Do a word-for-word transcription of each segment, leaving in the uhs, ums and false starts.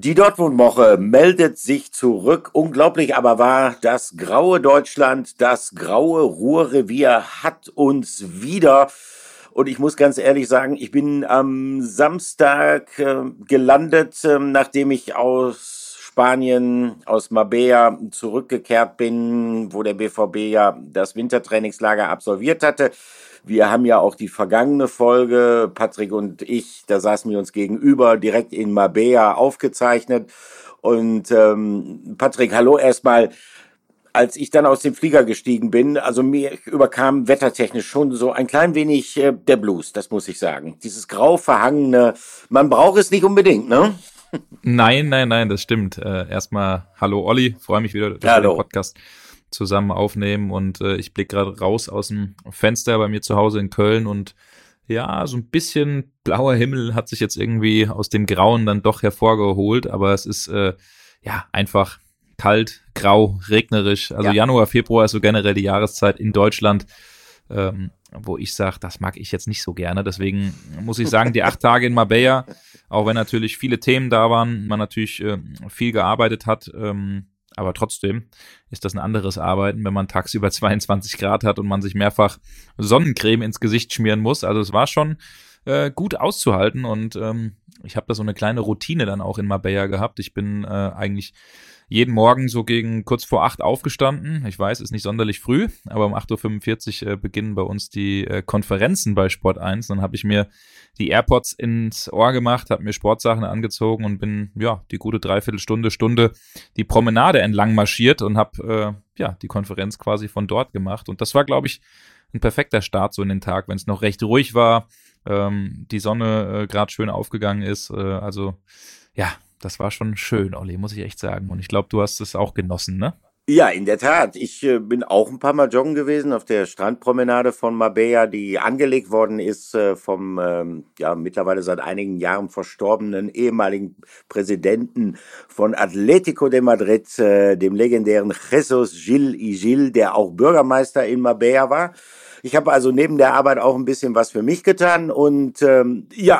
Die Dortmund-Woche meldet sich zurück. Unglaublich aber wahr, das graue Deutschland, das graue Ruhrrevier hat uns wieder. Und ich muss ganz ehrlich sagen, ich bin am Samstag äh, gelandet, äh, nachdem ich aus Spanien, aus Marbella zurückgekehrt bin, wo der B V B ja das Wintertrainingslager absolviert hatte. Wir haben ja auch die vergangene Folge, Patrick und ich, da saßen wir uns gegenüber, direkt in Marbella aufgezeichnet. Und ähm, Patrick, hallo erstmal. Als ich dann aus dem Flieger gestiegen bin, also mir überkam wettertechnisch schon so ein klein wenig äh, der Blues, das muss ich sagen. Dieses grau verhangene, man braucht es nicht unbedingt, ne? Nein, nein, nein, das stimmt. Äh, erstmal, hallo Olli, freue mich wieder, dass hallo. wir den Podcast zusammen aufnehmen und äh, ich blicke gerade raus aus dem Fenster bei mir zu Hause in Köln und ja, so ein bisschen blauer Himmel hat sich jetzt irgendwie aus dem Grauen dann doch hervorgeholt, aber es ist äh, ja einfach kalt, grau, regnerisch. Also ja. Januar, Februar ist so generell die Jahreszeit in Deutschland, ähm, wo ich sage, das mag ich jetzt nicht so gerne. Deswegen muss ich sagen, die acht Tage in Marbella, auch wenn natürlich viele Themen da waren, man natürlich äh, viel gearbeitet hat, ähm, aber trotzdem ist das ein anderes Arbeiten, wenn man tagsüber zweiundzwanzig Grad hat und man sich mehrfach Sonnencreme ins Gesicht schmieren muss. Also es war schon äh, gut auszuhalten und ähm, ich habe da so eine kleine Routine dann auch in Marbella gehabt. Ich bin äh, eigentlich jeden Morgen so gegen kurz vor acht aufgestanden. Ich weiß, ist nicht sonderlich früh, aber um acht Uhr fünfundvierzig äh, beginnen bei uns die äh, Konferenzen bei Sport eins. Dann habe ich mir die AirPods ins Ohr gemacht, habe mir Sportsachen angezogen und bin ja die gute Dreiviertelstunde, Stunde die Promenade entlang marschiert und habe äh, ja die Konferenz quasi von dort gemacht. Und das war, glaube ich, ein perfekter Start so in den Tag, wenn es noch recht ruhig war, ähm, die Sonne äh, gerade schön aufgegangen ist. Äh, also ja, das war schon schön, Olli, muss ich echt sagen. Und ich glaube, du hast es auch genossen, ne? Ja, in der Tat. Ich äh, bin auch ein paar Mal joggen gewesen auf der Strandpromenade von Marbella, die angelegt worden ist äh, vom ähm, ja mittlerweile seit einigen Jahren verstorbenen ehemaligen Präsidenten von Atlético de Madrid, äh, dem legendären Jesus Gil y Gil, der auch Bürgermeister in Marbella war. Ich habe also neben der Arbeit auch ein bisschen was für mich getan und ähm, ja,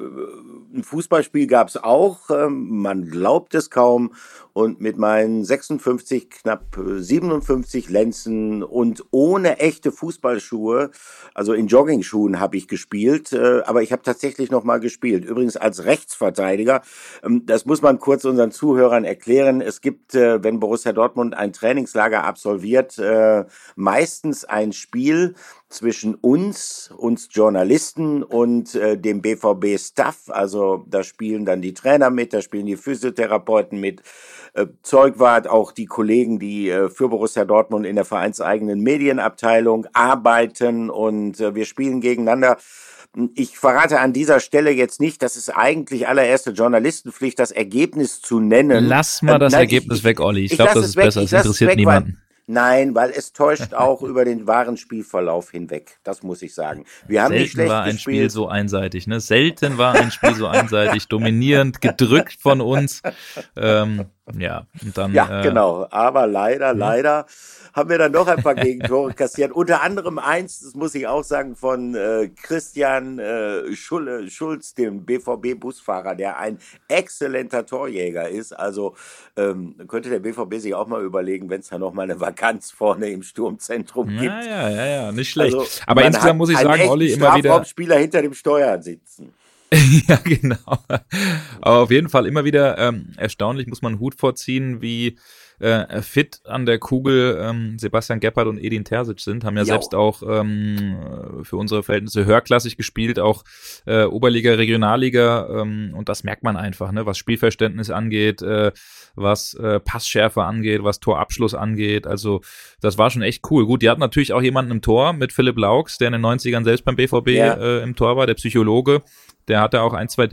ein Fußballspiel gab es auch, ähm, man glaubt es kaum, und mit meinen sechsundfünfzig, knapp siebenundfünfzig Lenzen und ohne echte Fußballschuhe, also in Joggingschuhen habe ich gespielt, äh, aber ich habe tatsächlich noch mal gespielt, übrigens als Rechtsverteidiger. Ähm, das muss man kurz unseren Zuhörern erklären. Es gibt, äh, wenn Borussia Dortmund ein Trainingslager absolviert, äh, meistens ein Spiel zwischen uns, uns Journalisten und äh, dem B V B-Staff. Also da spielen dann die Trainer mit, da spielen die Physiotherapeuten mit, äh, Zeugwart, auch die Kollegen, die äh, für Borussia Dortmund in der vereinseigenen Medienabteilung arbeiten und äh, wir spielen gegeneinander. Ich verrate an dieser Stelle jetzt nicht, das ist eigentlich allererste Journalistenpflicht, das Ergebnis zu nennen. Lass mal das äh, nein, Ergebnis ich, weg, Olli. Ich, ich glaube, das ist weg, besser. Es interessiert weg, niemanden. Weil, Nein, weil es täuscht auch über den wahren Spielverlauf hinweg. Das muss ich sagen. Wir haben Selten nicht schlecht war ein gespielt. Spiel so einseitig, ne? Selten war ein Spiel so einseitig, dominierend, gedrückt von uns. Ähm, ja, und dann. Ja, äh, genau. Aber leider, leider haben wir dann noch ein paar Gegentore kassiert. Unter anderem eins, das muss ich auch sagen, von äh, Christian äh, Schulle, Schulz, dem B V B-Busfahrer, der ein exzellenter Torjäger ist. Also ähm, könnte der B V B sich auch mal überlegen, wenn es da noch mal eine Vakanz vorne im Sturmzentrum gibt. Ja, ja, ja, ja, nicht schlecht. Also, aber insgesamt muss ich sagen, Olli, immer wieder Strafraumspieler hinter dem Steuer sitzen. Ja, genau. Aber auf jeden Fall immer wieder ähm, erstaunlich, muss man einen Hut vorziehen, wie äh, fit an der Kugel ähm, Sebastian Gebhardt und Edin Terzic sind, haben ja jo. selbst auch ähm, für unsere Verhältnisse höherklassig gespielt, auch äh, Oberliga, Regionalliga, ähm, und das merkt man einfach, ne, was Spielverständnis angeht, äh, was äh, Passschärfe angeht, was Torabschluss angeht, also das war schon echt cool. Gut, die hatten natürlich auch jemanden im Tor mit Philipp Laux, der in den neunzigern selbst beim B V B ja. äh, im Tor war, der Psychologe. Der hatte auch ein, zwei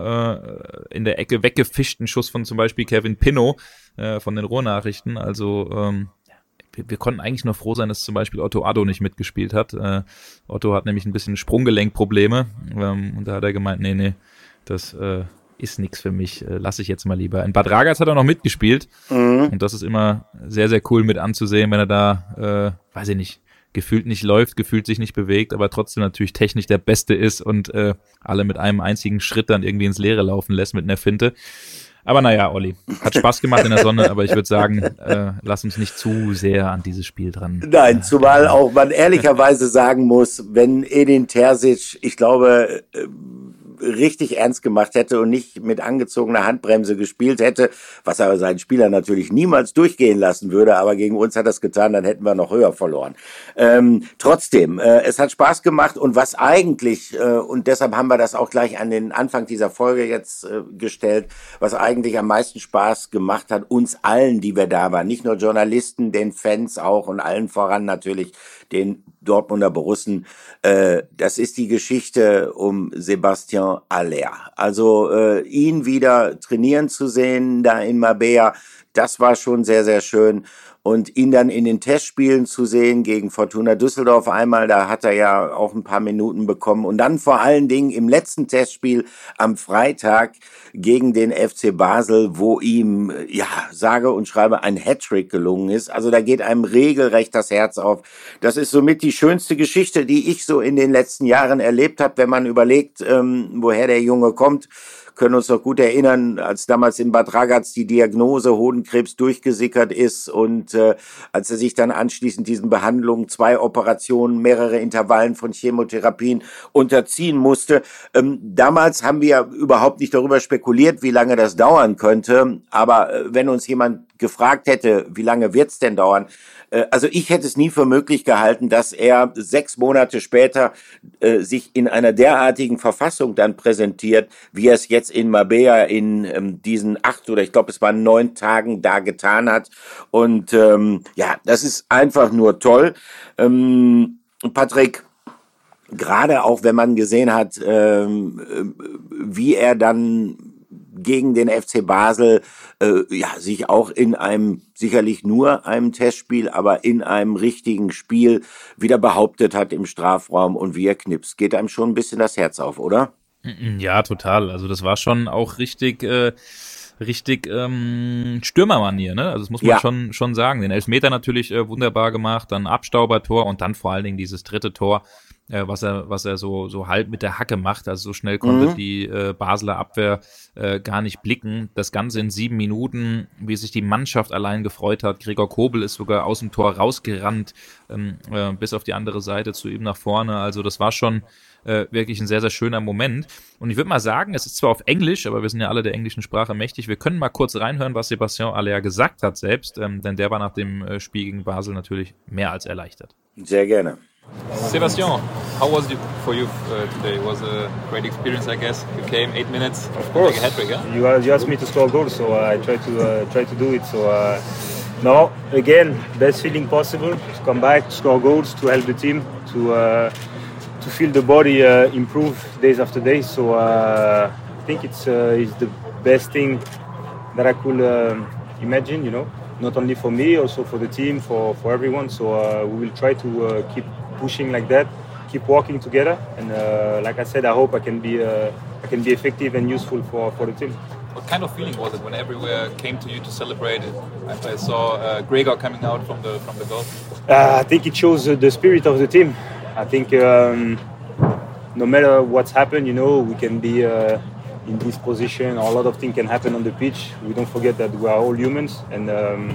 Dinger äh, in der Ecke weggefischt, einen Schuss von zum Beispiel Kevin Pinnow äh, von den Ruhrnachrichten. Also ähm, wir, wir konnten eigentlich nur froh sein, dass zum Beispiel Otto Addo nicht mitgespielt hat. Äh, Otto hat nämlich ein bisschen Sprunggelenkprobleme ähm, und da hat er gemeint, nee, nee, das äh, ist nix für mich, äh, lasse ich jetzt mal lieber. In Bad Ragaz hat er noch mitgespielt mhm. und das ist immer sehr, sehr cool mit anzusehen, wenn er da, äh, weiß ich nicht, gefühlt nicht läuft, gefühlt sich nicht bewegt, aber trotzdem natürlich technisch der Beste ist und äh, alle mit einem einzigen Schritt dann irgendwie ins Leere laufen lässt mit einer Finte. Aber naja, Olli, hat Spaß gemacht in der Sonne, aber ich würde sagen, äh, lass uns nicht zu sehr an dieses Spiel dran. Nein, zumal auch man ehrlicherweise sagen muss, wenn Edin Terzic, ich glaube, richtig ernst gemacht hätte und nicht mit angezogener Handbremse gespielt hätte, was er seinen Spieler natürlich niemals durchgehen lassen würde, aber gegen uns hat er es getan, dann hätten wir noch höher verloren. Ähm, trotzdem, äh, es hat Spaß gemacht und was eigentlich, äh, und deshalb haben wir das auch gleich an den Anfang dieser Folge jetzt äh, gestellt, was eigentlich am meisten Spaß gemacht hat, uns allen, die wir da waren, nicht nur Journalisten, den Fans auch und allen voran natürlich den Dortmunder Borussen, äh, das ist die Geschichte um Sébastien Haller. Also äh, ihn wieder trainieren zu sehen da in Marbella, das war schon sehr, sehr schön. Und ihn dann in den Testspielen zu sehen gegen Fortuna Düsseldorf einmal, da hat er ja auch ein paar Minuten bekommen. Und dann vor allen Dingen im letzten Testspiel am Freitag gegen den F C Basel, wo ihm, ja, sage und schreibe, ein Hattrick gelungen ist. Also da geht einem regelrecht das Herz auf. Das ist somit die schönste Geschichte, die ich so in den letzten Jahren erlebt habe, wenn man überlegt, ähm, woher der Junge kommt. Können uns noch gut erinnern, als damals in Bad Ragaz die Diagnose Hodenkrebs durchgesickert ist und äh, als er sich dann anschließend diesen Behandlungen, zwei Operationen, mehrere Intervallen von Chemotherapien unterziehen musste. Ähm, damals haben wir überhaupt nicht darüber spekuliert, wie lange das dauern könnte, aber äh, wenn uns jemand gefragt hätte, wie lange wird's denn dauern, also ich hätte es nie für möglich gehalten, dass er sechs Monate später äh, sich in einer derartigen Verfassung dann präsentiert, wie er es jetzt in Marbella in ähm, diesen acht oder ich glaube es waren neun Tagen da getan hat. Und ähm, ja, das ist einfach nur toll. Ähm, Patrick, gerade auch wenn man gesehen hat, ähm, wie er dann gegen den F C Basel äh, ja sich auch in einem, sicherlich nur einem Testspiel, aber in einem richtigen Spiel wieder behauptet hat im Strafraum und wie er knipst. Geht einem schon ein bisschen das Herz auf, oder? Ja, total. Also das war schon auch richtig... Äh richtig ähm, Stürmermanier, ne? Also das muss man ja. schon schon sagen. Den Elfmeter natürlich äh, wunderbar gemacht, dann Abstaubertor und dann vor allen Dingen dieses dritte Tor, äh, was er was er so so halb mit der Hacke macht. Also so schnell konnte mhm. die äh, Basler Abwehr äh, gar nicht blicken. Das Ganze in sieben Minuten, wie sich die Mannschaft allein gefreut hat. Gregor Kobel ist sogar aus dem Tor rausgerannt, ähm, äh, bis auf die andere Seite zu ihm nach vorne. Also das war schon Äh, wirklich ein sehr, sehr schöner Moment. Und ich würde mal sagen, es ist zwar auf Englisch, aber wir sind ja alle der englischen Sprache mächtig. Wir können mal kurz reinhören, was Sébastien Haller gesagt hat selbst, ähm, denn der war nach dem äh, Spiel gegen Basel natürlich mehr als erleichtert. Sehr gerne. Sébastien, how was it for you uh, today? It was a great experience, I guess. You came eight minutes, of course. Make a hat-trick, yeah? You, you asked me to score goals, so I tried to uh, try to do it. So uh, no, again, best feeling possible to come back, to score goals, to help the team, to uh, to feel the body uh, improve days after days. So uh, I think it's uh, it's the best thing that I could uh, imagine. You know, not only for me, also for the team, for for everyone. So uh, we will try to uh, keep pushing like that, keep working together, and uh, like I said, I hope I can be uh, I can be effective and useful for, for the team. What kind of feeling was it when everywhere came to you to celebrate it? I saw uh, Gregor coming out from the from the goal. Uh, I think it shows uh, the spirit of the team. I think um, no matter what's happened, you know, we can be uh, in this position. A lot of things can happen on the pitch. We don't forget that we are all humans, and um,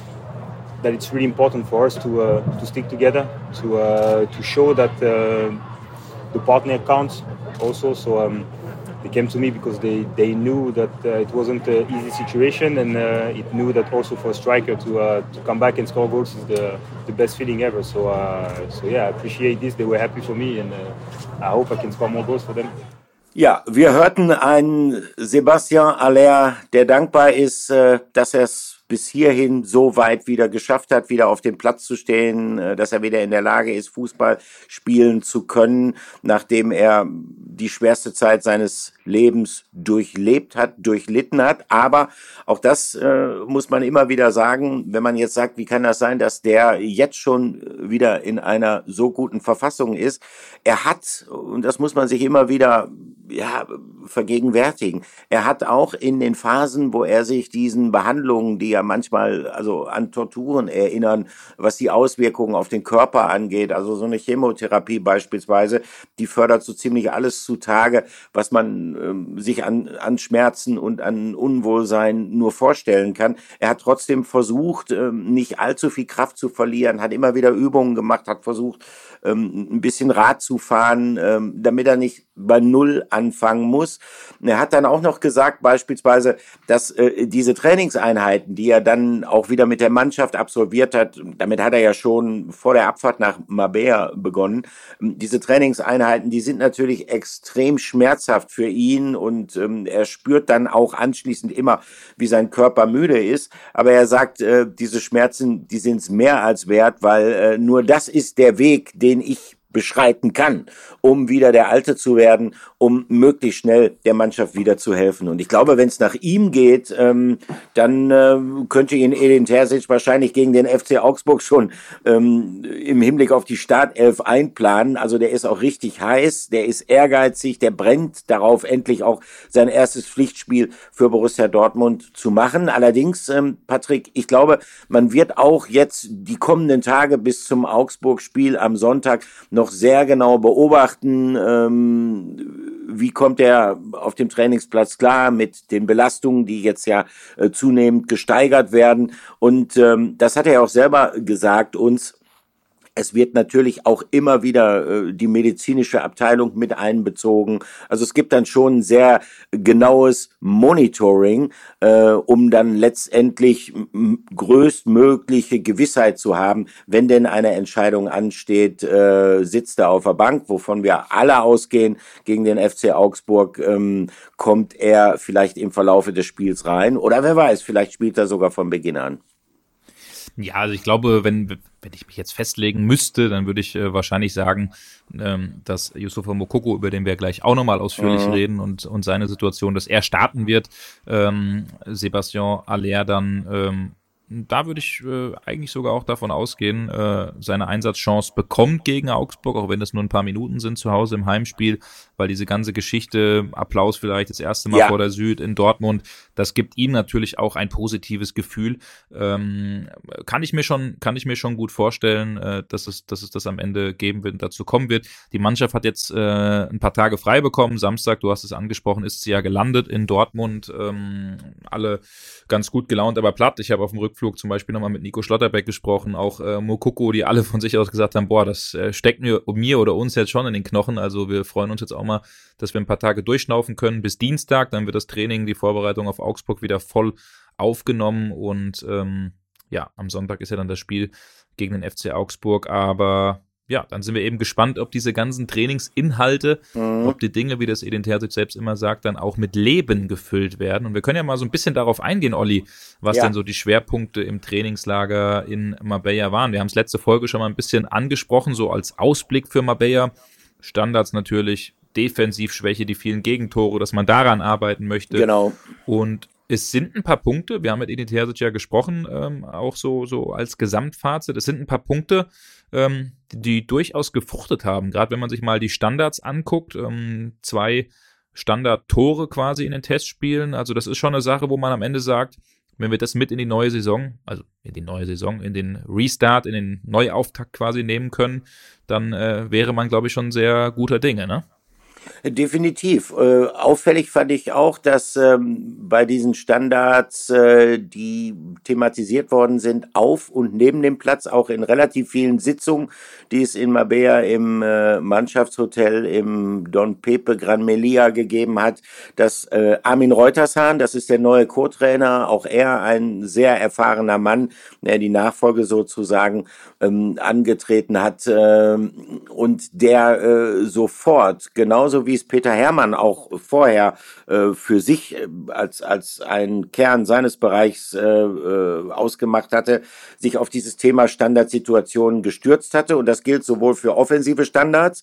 that it's really important for us to uh, to stick together, to uh, to show that uh, the partner counts also. So um, they came to me because they, they knew that uh, it wasn't an easy situation, and uh, it knew that also for a striker to uh, to come back and score goals is the the best feeling ever. So uh, so yeah, I appreciate this. They were happy for me, and uh, I hope I can score more goals for them. Ja, wir hörten einen Sébastien Haller, der dankbar ist, dass er es bis hierhin so weit wieder geschafft hat, wieder auf dem Platz zu stehen, dass er wieder in der Lage ist, Fußball spielen zu können, nachdem er die schwerste Zeit seines Lebens durchlebt hat, durchlitten hat. Aber auch das äh, muss man immer wieder sagen, wenn man jetzt sagt, wie kann das sein, dass der jetzt schon wieder in einer so guten Verfassung ist. Er hat, und das muss man sich immer wieder ja, vergegenwärtigen, er hat auch in den Phasen, wo er sich diesen Behandlungen, die ja manchmal also an Torturen erinnern, was die Auswirkungen auf den Körper angeht. Also so eine Chemotherapie beispielsweise, die fördert so ziemlich alles zutage, was man ähm, sich an, an Schmerzen und an Unwohlsein nur vorstellen kann. Er hat trotzdem versucht, ähm, nicht allzu viel Kraft zu verlieren, hat immer wieder Übungen gemacht, hat versucht, ähm, ein bisschen Rad zu fahren, ähm, damit er nicht bei Null anfangen muss. Er hat dann auch noch gesagt, beispielsweise, dass äh, diese Trainingseinheiten, die er dann auch wieder mit der Mannschaft absolviert hat, damit hat er ja schon vor der Abfahrt nach Marbella begonnen, diese Trainingseinheiten, die sind natürlich extrem schmerzhaft für ihn und ähm, er spürt dann auch anschließend immer, wie sein Körper müde ist. Aber er sagt, äh, diese Schmerzen, die sind es mehr als wert, weil äh, nur das ist der Weg, den ich beschreiten kann, um wieder der Alte zu werden, um möglichst schnell der Mannschaft wieder zu helfen. Und ich glaube, wenn es nach ihm geht, ähm, dann äh, könnte ihn Edin Terzic wahrscheinlich gegen den F C Augsburg schon ähm, im Hinblick auf die Startelf einplanen. Also der ist auch richtig heiß, der ist ehrgeizig, der brennt darauf, endlich auch sein erstes Pflichtspiel für Borussia Dortmund zu machen. Allerdings, ähm, Patrick, ich glaube, man wird auch jetzt die kommenden Tage bis zum Augsburg-Spiel am Sonntag noch sehr genau beobachten, ähm, wie kommt er auf dem Trainingsplatz klar mit den Belastungen, die jetzt ja äh, zunehmend gesteigert werden. Und ähm, das hat er auch selber gesagt uns. Es wird natürlich auch immer wieder äh, die medizinische Abteilung mit einbezogen. Also es gibt dann schon ein sehr genaues Monitoring, äh, um dann letztendlich m- größtmögliche Gewissheit zu haben, wenn denn eine Entscheidung ansteht, äh, sitzt er auf der Bank, wovon wir alle ausgehen, gegen den F C Augsburg, ähm, kommt er vielleicht im Verlaufe des Spiels rein. Oder wer weiß, vielleicht spielt er sogar von Beginn an. Ja, also ich glaube, wenn, wenn ich mich jetzt festlegen müsste, dann würde ich äh, wahrscheinlich sagen, ähm, dass Youssoufa Moukoko, über den wir gleich auch nochmal ausführlich mhm. reden und, und seine Situation, dass er starten wird, ähm, Sebastian Haller dann, ähm, da würde ich äh, eigentlich sogar auch davon ausgehen, äh, seine Einsatzchance bekommt gegen Augsburg, auch wenn das nur ein paar Minuten sind zu Hause im Heimspiel, weil diese ganze Geschichte, Applaus vielleicht das erste Mal ja. vor der Süd in Dortmund, das gibt ihm natürlich auch ein positives Gefühl. Ähm, kann ich mir schon, kann ich mir schon gut vorstellen, äh, dass es, dass es das am Ende geben wird und dazu kommen wird. Die Mannschaft hat jetzt äh, ein paar Tage frei bekommen. Samstag, du hast es angesprochen, ist sie ja gelandet in Dortmund. Ähm, alle ganz gut gelaunt, aber platt. Ich habe auf dem Rückflug zum Beispiel nochmal mit Nico Schlotterbeck gesprochen, auch äh, Moukoko, die alle von sich aus gesagt haben, boah, das äh, steckt mir, mir oder uns jetzt schon in den Knochen. Also wir freuen uns jetzt auch mal, dass wir ein paar Tage durchschnaufen können bis Dienstag. Dann wird das Training, die Vorbereitung auf Augsburg wieder voll aufgenommen und ähm, ja, am Sonntag ist ja dann das Spiel gegen den F C Augsburg, aber ja, dann sind wir eben gespannt, ob diese ganzen Trainingsinhalte, mhm. ob die Dinge, wie das Edin Terzic selbst immer sagt, dann auch mit Leben gefüllt werden. Und wir können ja mal so ein bisschen darauf eingehen, Olli, was ja. denn so die Schwerpunkte im Trainingslager in Marbella waren. Wir haben es letzte Folge schon mal ein bisschen angesprochen, so als Ausblick für Marbella. Standards natürlich, Defensivschwäche, die vielen Gegentore, dass man daran arbeiten möchte. Genau. Und es sind ein paar Punkte, wir haben mit Edin Terzic ja gesprochen, ähm, auch so, so als Gesamtfazit, es sind ein paar Punkte, ähm, die, die durchaus gefruchtet haben, gerade wenn man sich mal die Standards anguckt, ähm, zwei Standardtore quasi in den Testspielen, also das ist schon eine Sache, wo man am Ende sagt, wenn wir das mit in die neue Saison, also in die neue Saison, in den Restart, in den Neuauftakt quasi nehmen können, dann äh, wäre man, glaube ich, schon sehr guter Dinge, ne? Definitiv. Äh, auffällig fand ich auch, dass ähm, bei diesen Standards, äh, die thematisiert worden sind, auf und neben dem Platz, auch in relativ vielen Sitzungen, die es in Marbella im äh, Mannschaftshotel im Don Pepe Gran Melia gegeben hat, dass äh, Armin Reutershahn, das ist der neue Co-Trainer, auch er ein sehr erfahrener Mann, der die Nachfolge sozusagen ähm, angetreten hat äh, und der äh, sofort, genauso wie es Peter Hermann auch vorher äh, für sich äh, als als ein Kern seines Bereichs äh, äh, ausgemacht hatte, sich auf dieses Thema Standardsituationen gestürzt hatte. Und das gilt sowohl für offensive Standards,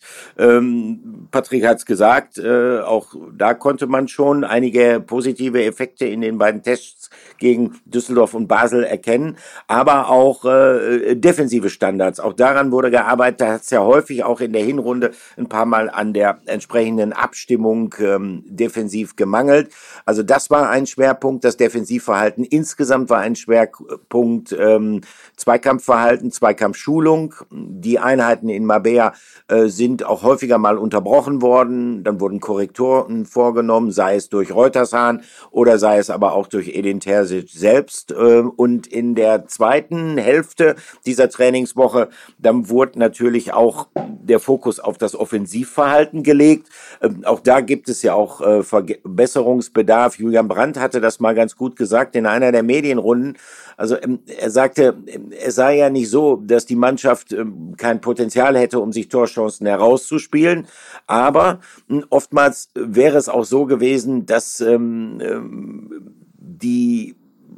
ähm, Patrick hat es gesagt, äh, auch da konnte man schon einige positive Effekte in den beiden Tests gegen Düsseldorf und Basel erkennen, aber auch äh, defensive Standards. Auch daran wurde gearbeitet, da hat es ja häufig auch in der Hinrunde ein paar Mal an der entsprechenden entsprechenden Abstimmung ähm, defensiv gemangelt. Also das war ein Schwerpunkt, das Defensivverhalten insgesamt war ein Schwerpunkt, ähm, Zweikampfverhalten, Zweikampfschulung. Die Einheiten in Marbella äh, sind auch häufiger mal unterbrochen worden, dann wurden Korrekturen vorgenommen, sei es durch Reutershahn oder sei es aber auch durch Edin Terzic selbst. Äh, und in der zweiten Hälfte dieser Trainingswoche, dann wurde natürlich auch der Fokus auf das Offensivverhalten gelegt. Ähm, auch da gibt es ja auch äh, Verbesserungsbedarf. Julian Brandt hatte das mal ganz gut gesagt in einer der Medienrunden. Also ähm, er sagte, es sei ja nicht so, dass die Mannschaft ähm, kein Potenzial hätte, um sich Torchancen herauszuspielen. Aber ähm, oftmals wäre es auch so gewesen, dass ähm, ähm, die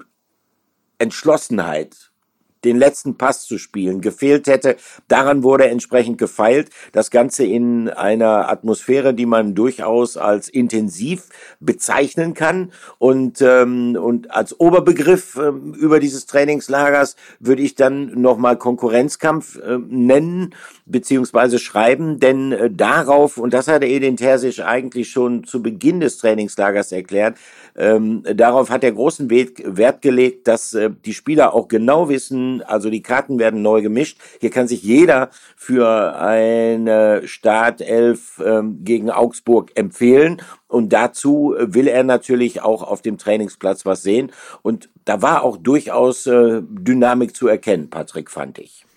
Entschlossenheit, den letzten Pass zu spielen, gefehlt hätte. Daran wurde entsprechend gefeilt. Das Ganze in einer Atmosphäre, die man durchaus als intensiv bezeichnen kann. Und, ähm, und als Oberbegriff ähm, über dieses Trainingslagers würde ich dann nochmal Konkurrenzkampf äh, nennen, beziehungsweise schreiben. Denn äh, darauf, und das hatte Edin Terzic eigentlich schon zu Beginn des Trainingslagers erklärt, ähm, darauf hat er großen Wert gelegt, dass äh, die Spieler auch genau wissen, also die Karten werden neu gemischt. Hier kann sich jeder für eine Startelf ähm, gegen Augsburg empfehlen. Und dazu will er natürlich auch auf dem Trainingsplatz was sehen. Und da war auch durchaus äh, Dynamik zu erkennen, Patrick, fand ich.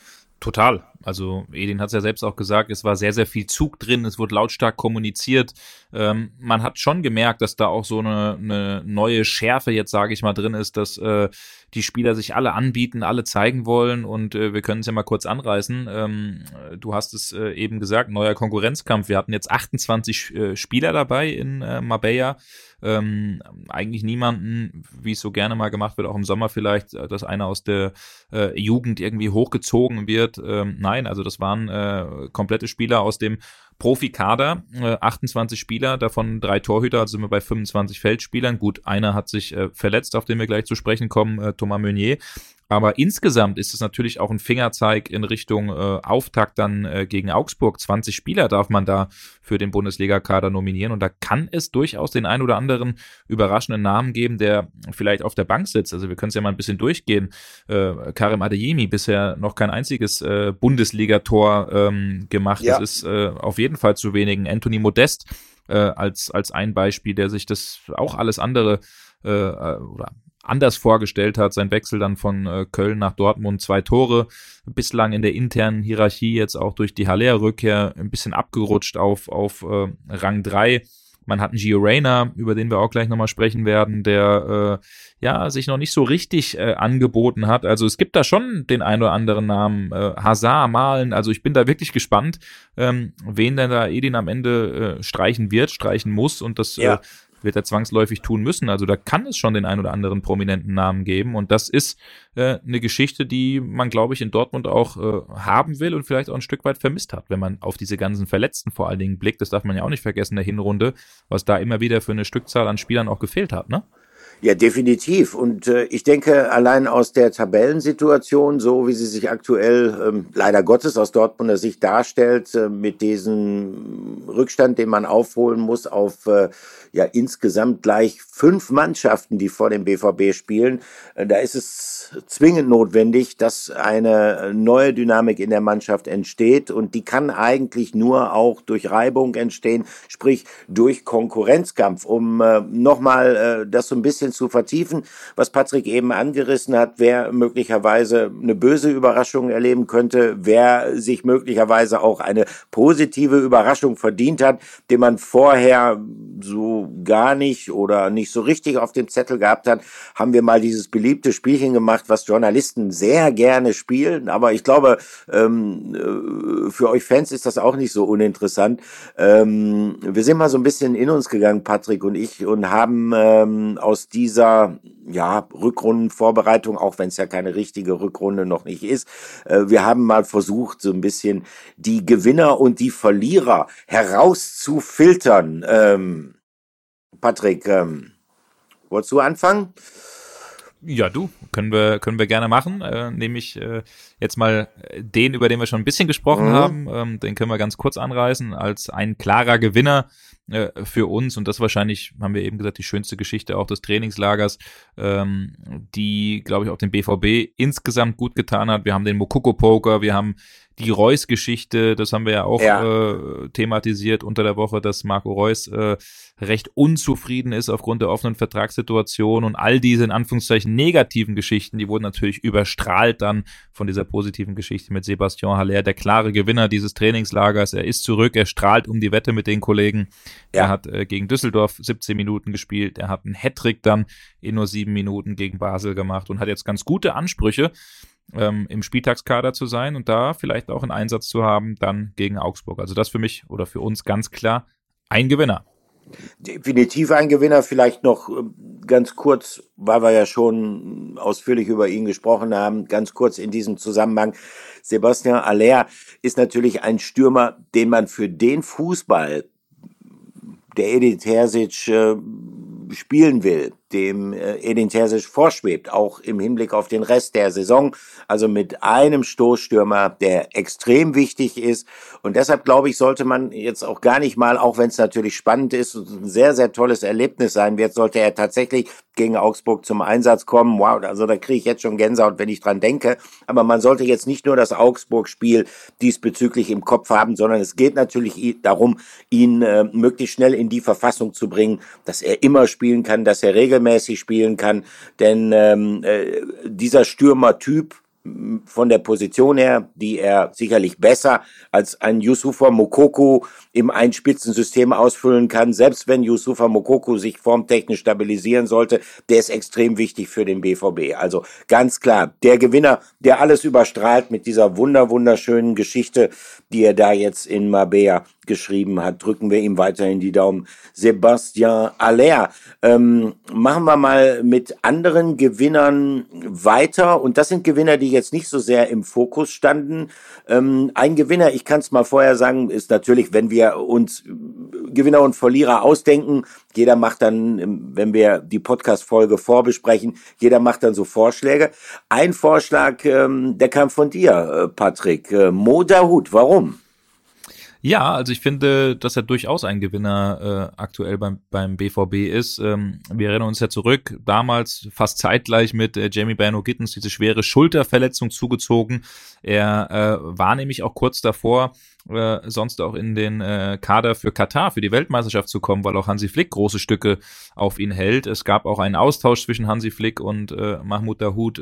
Total. Also Edin hat es ja selbst auch gesagt, es war sehr, sehr viel Zug drin, es wurde lautstark kommuniziert. Ähm, man hat schon gemerkt, dass da auch so eine, eine neue Schärfe jetzt, sage ich mal, drin ist, dass äh, die Spieler sich alle anbieten, alle zeigen wollen und äh, wir können es ja mal kurz anreißen. Ähm, du hast es äh, eben gesagt, neuer Konkurrenzkampf. Wir hatten jetzt achtundzwanzig äh, Spieler dabei in äh, Marbella. Ähm, eigentlich niemanden, wie es so gerne mal gemacht wird, auch im Sommer vielleicht, dass einer aus der äh, Jugend irgendwie hochgezogen wird. Ähm, nein, also das waren äh, komplette Spieler aus dem Profikader, äh, achtundzwanzig Spieler, davon drei Torhüter, also sind wir bei fünfundzwanzig Feldspielern. Gut, einer hat sich äh, verletzt, auf den wir gleich zu sprechen kommen, äh, Thomas Meunier. Aber insgesamt ist es natürlich auch ein Fingerzeig in Richtung äh, Auftakt dann äh, gegen Augsburg. zwanzig Spieler darf man da für den Bundesliga-Kader nominieren. Und da kann es durchaus den ein oder anderen überraschenden Namen geben, der vielleicht auf der Bank sitzt. Also wir können es ja mal ein bisschen durchgehen. Äh, Karim Adeyemi, bisher noch kein einziges äh, Bundesliga-Tor ähm, gemacht. Ja. Das ist äh, auf jeden Fall zu wenigen. Anthony Modest äh, als, als ein Beispiel, der sich das auch alles andere äh, oder anders vorgestellt hat, sein Wechsel dann von äh, Köln nach Dortmund, zwei Tore, bislang in der internen Hierarchie jetzt auch durch die Haller-Rückkehr ein bisschen abgerutscht auf, auf äh, Rang drei. Man hat einen Gio Reyna, über den wir auch gleich nochmal sprechen werden, der äh, ja sich noch nicht so richtig äh, angeboten hat. Also es gibt da schon den einen oder anderen Namen, äh, Hazard, Malen, also ich bin da wirklich gespannt, ähm, wen denn da Edin am Ende äh, streichen wird, streichen muss und das ja. äh, wird er zwangsläufig tun müssen. Also da kann es schon den ein oder anderen prominenten Namen geben und das ist äh, eine Geschichte, die man, glaube ich, in Dortmund auch äh, haben will und vielleicht auch ein Stück weit vermisst hat, wenn man auf diese ganzen Verletzten vor allen Dingen blickt. Das darf man ja auch nicht vergessen in der Hinrunde, was da immer wieder für eine Stückzahl an Spielern auch gefehlt hat, ne? Ja, definitiv. Und äh, ich denke, allein aus der Tabellensituation, so wie sie sich aktuell ähm, leider Gottes aus Dortmunder Sicht darstellt, äh, mit diesem Rückstand, den man aufholen muss auf äh, ja insgesamt gleich fünf Mannschaften, die vor dem B V B spielen, äh, da ist es zwingend notwendig, dass eine neue Dynamik in der Mannschaft entsteht. Und die kann eigentlich nur auch durch Reibung entstehen, sprich durch Konkurrenzkampf. Um äh, nochmal äh, das so ein bisschen zu vertiefen, was Patrick eben angerissen hat, wer möglicherweise eine böse Überraschung erleben könnte, wer sich möglicherweise auch eine positive Überraschung verdient hat, den man vorher so gar nicht oder nicht so richtig auf dem Zettel gehabt hat, haben wir mal dieses beliebte Spielchen gemacht, was Journalisten sehr gerne spielen, aber ich glaube, ähm, für euch Fans ist das auch nicht so uninteressant. Ähm, wir sind mal so ein bisschen in uns gegangen, Patrick und ich, und haben ähm, aus dieser ja, Rückrundenvorbereitung, auch wenn es ja keine richtige Rückrunde noch nicht ist, äh, wir haben mal versucht, so ein bisschen die Gewinner und die Verlierer herauszufiltern. Ähm, Patrick, ähm, wolltest du anfangen? Ja, du, können wir, können wir gerne machen. Äh, nehme ich äh, jetzt mal den, über den wir schon ein bisschen gesprochen mhm. haben. Ähm, den können wir ganz kurz anreißen als ein klarer Gewinner äh, für uns. Und das wahrscheinlich, haben wir eben gesagt, die schönste Geschichte auch des Trainingslagers, ähm, die, glaube ich, auch dem B V B insgesamt gut getan hat. Wir haben den Mokoko-Poker, wir haben die Reus-Geschichte, das haben wir ja auch ja. Äh, thematisiert unter der Woche, dass Marco Reus äh, recht unzufrieden ist aufgrund der offenen Vertragssituation und all diese in Anführungszeichen negativen Geschichten, die wurden natürlich überstrahlt dann von dieser positiven Geschichte mit Sébastien Haller, der klare Gewinner dieses Trainingslagers. Er ist zurück, er strahlt um die Wette mit den Kollegen. Ja. Er hat äh, gegen Düsseldorf siebzehn Minuten gespielt, er hat einen Hattrick dann in nur sieben Minuten gegen Basel gemacht und hat jetzt ganz gute Ansprüche, Ähm, im Spieltagskader zu sein und da vielleicht auch einen Einsatz zu haben, dann gegen Augsburg. Also das für mich oder für uns ganz klar ein Gewinner. Definitiv ein Gewinner. Vielleicht noch ganz kurz, weil wir ja schon ausführlich über ihn gesprochen haben, ganz kurz in diesem Zusammenhang. Sébastien Haller ist natürlich ein Stürmer, den man für den Fußball, der Edin Terzic äh, spielen will, dem äh, Edin Terzic vorschwebt, auch im Hinblick auf den Rest der Saison, also mit einem Stoßstürmer, der extrem wichtig ist. Und deshalb, glaube ich, sollte man jetzt auch gar nicht mal, auch wenn es natürlich spannend ist und ein sehr, sehr tolles Erlebnis sein wird, sollte er tatsächlich gegen Augsburg zum Einsatz kommen. Wow, also da kriege ich jetzt schon Gänsehaut, wenn ich dran denke. Aber man sollte jetzt nicht nur das Augsburg-Spiel diesbezüglich im Kopf haben, sondern es geht natürlich darum, ihn äh, möglichst schnell in die Verfassung zu bringen, dass er immer spielen kann, dass er regelmäßig spielen kann. Denn ähm, äh, dieser Stürmertyp, von der Position her, die er sicherlich besser als ein Youssoufa Moukoko im Einspitzensystem ausfüllen kann. Selbst wenn Youssoufa Moukoko sich formtechnisch stabilisieren sollte, der ist extrem wichtig für den B V B. Also ganz klar, der Gewinner, der alles überstrahlt mit dieser wunder wunderschönen Geschichte, die er da jetzt in Marbella geschrieben hat, drücken wir ihm weiterhin die Daumen. Sébastien Haller. Ähm, machen wir mal mit anderen Gewinnern weiter. Und das sind Gewinner, die jetzt nicht so sehr im Fokus standen. Ähm, ein Gewinner, ich kann es mal vorher sagen, ist natürlich, wenn wir uns Gewinner und Verlierer ausdenken, jeder macht dann, wenn wir die Podcast-Folge vorbesprechen, jeder macht dann so Vorschläge. Ein Vorschlag, ähm, der kam von dir, Patrick. Äh, Mo Dahoud, warum? Ja, also ich finde, dass er durchaus ein Gewinner äh, aktuell beim beim B V B ist. Ähm, wir erinnern uns ja zurück, damals fast zeitgleich mit äh, Jamie Bino-Gittens diese schwere Schulterverletzung zugezogen. Er äh, war nämlich auch kurz davor, äh, sonst auch in den äh, Kader für Katar, für die Weltmeisterschaft zu kommen, weil auch Hansi Flick große Stücke auf ihn hält. Es gab auch einen Austausch zwischen Hansi Flick und äh, Mahmoud Dahoud,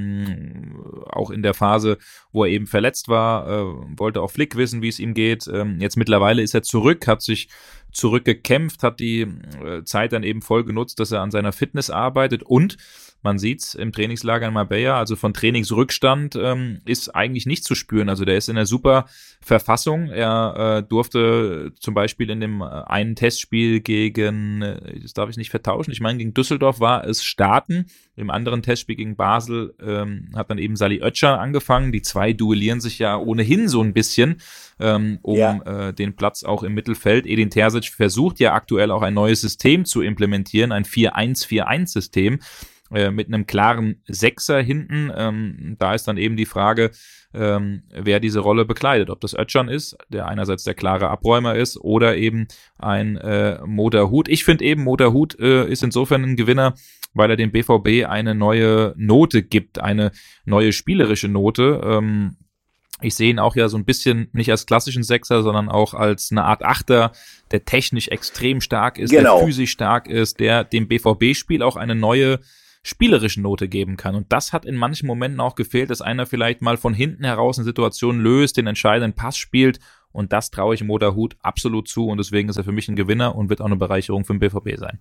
ähm, auch in der Phase, wo er eben verletzt war, äh, wollte auch Flick wissen, wie es ihm geht. Ähm, jetzt mittlerweile ist er zurück, hat sich zurückgekämpft, hat die äh, Zeit dann eben voll genutzt, dass er an seiner Fitness arbeitet und man sieht's im Trainingslager in Marbella, also von Trainingsrückstand ähm, ist eigentlich nicht zu spüren. Also der ist in einer super Verfassung. Er äh, durfte zum Beispiel in dem äh, einen Testspiel gegen, äh, das darf ich nicht vertauschen, ich meine gegen Düsseldorf war es starten. Im anderen Testspiel gegen Basel ähm, hat dann eben Sally Oetscher angefangen. Die zwei duellieren sich ja ohnehin so ein bisschen ähm, um ja. äh, den Platz auch im Mittelfeld. Edin Terzic versucht ja aktuell auch ein neues System zu implementieren, ein vier eins vier eins System. Mit einem klaren Sechser hinten. Ähm, da ist dann eben die Frage, ähm, wer diese Rolle bekleidet. Ob das Özcan ist, der einerseits der klare Abräumer ist, oder eben ein äh, Mo Dahoud. Ich finde eben, Mo Dahoud äh, ist insofern ein Gewinner, weil er dem B V B eine neue Note gibt, eine neue spielerische Note. Ähm, Ich sehe ihn auch ja so ein bisschen nicht als klassischen Sechser, sondern auch als eine Art Achter, der technisch extrem stark ist, genau. der physisch stark ist, der dem B V B-Spiel auch eine neue spielerischen Note geben kann. Und das hat in manchen Momenten auch gefehlt, dass einer vielleicht mal von hinten heraus eine Situation löst, den entscheidenden Pass spielt. Und das traue ich Mo Dahoud absolut zu. Und deswegen ist er für mich ein Gewinner und wird auch eine Bereicherung für den B V B sein.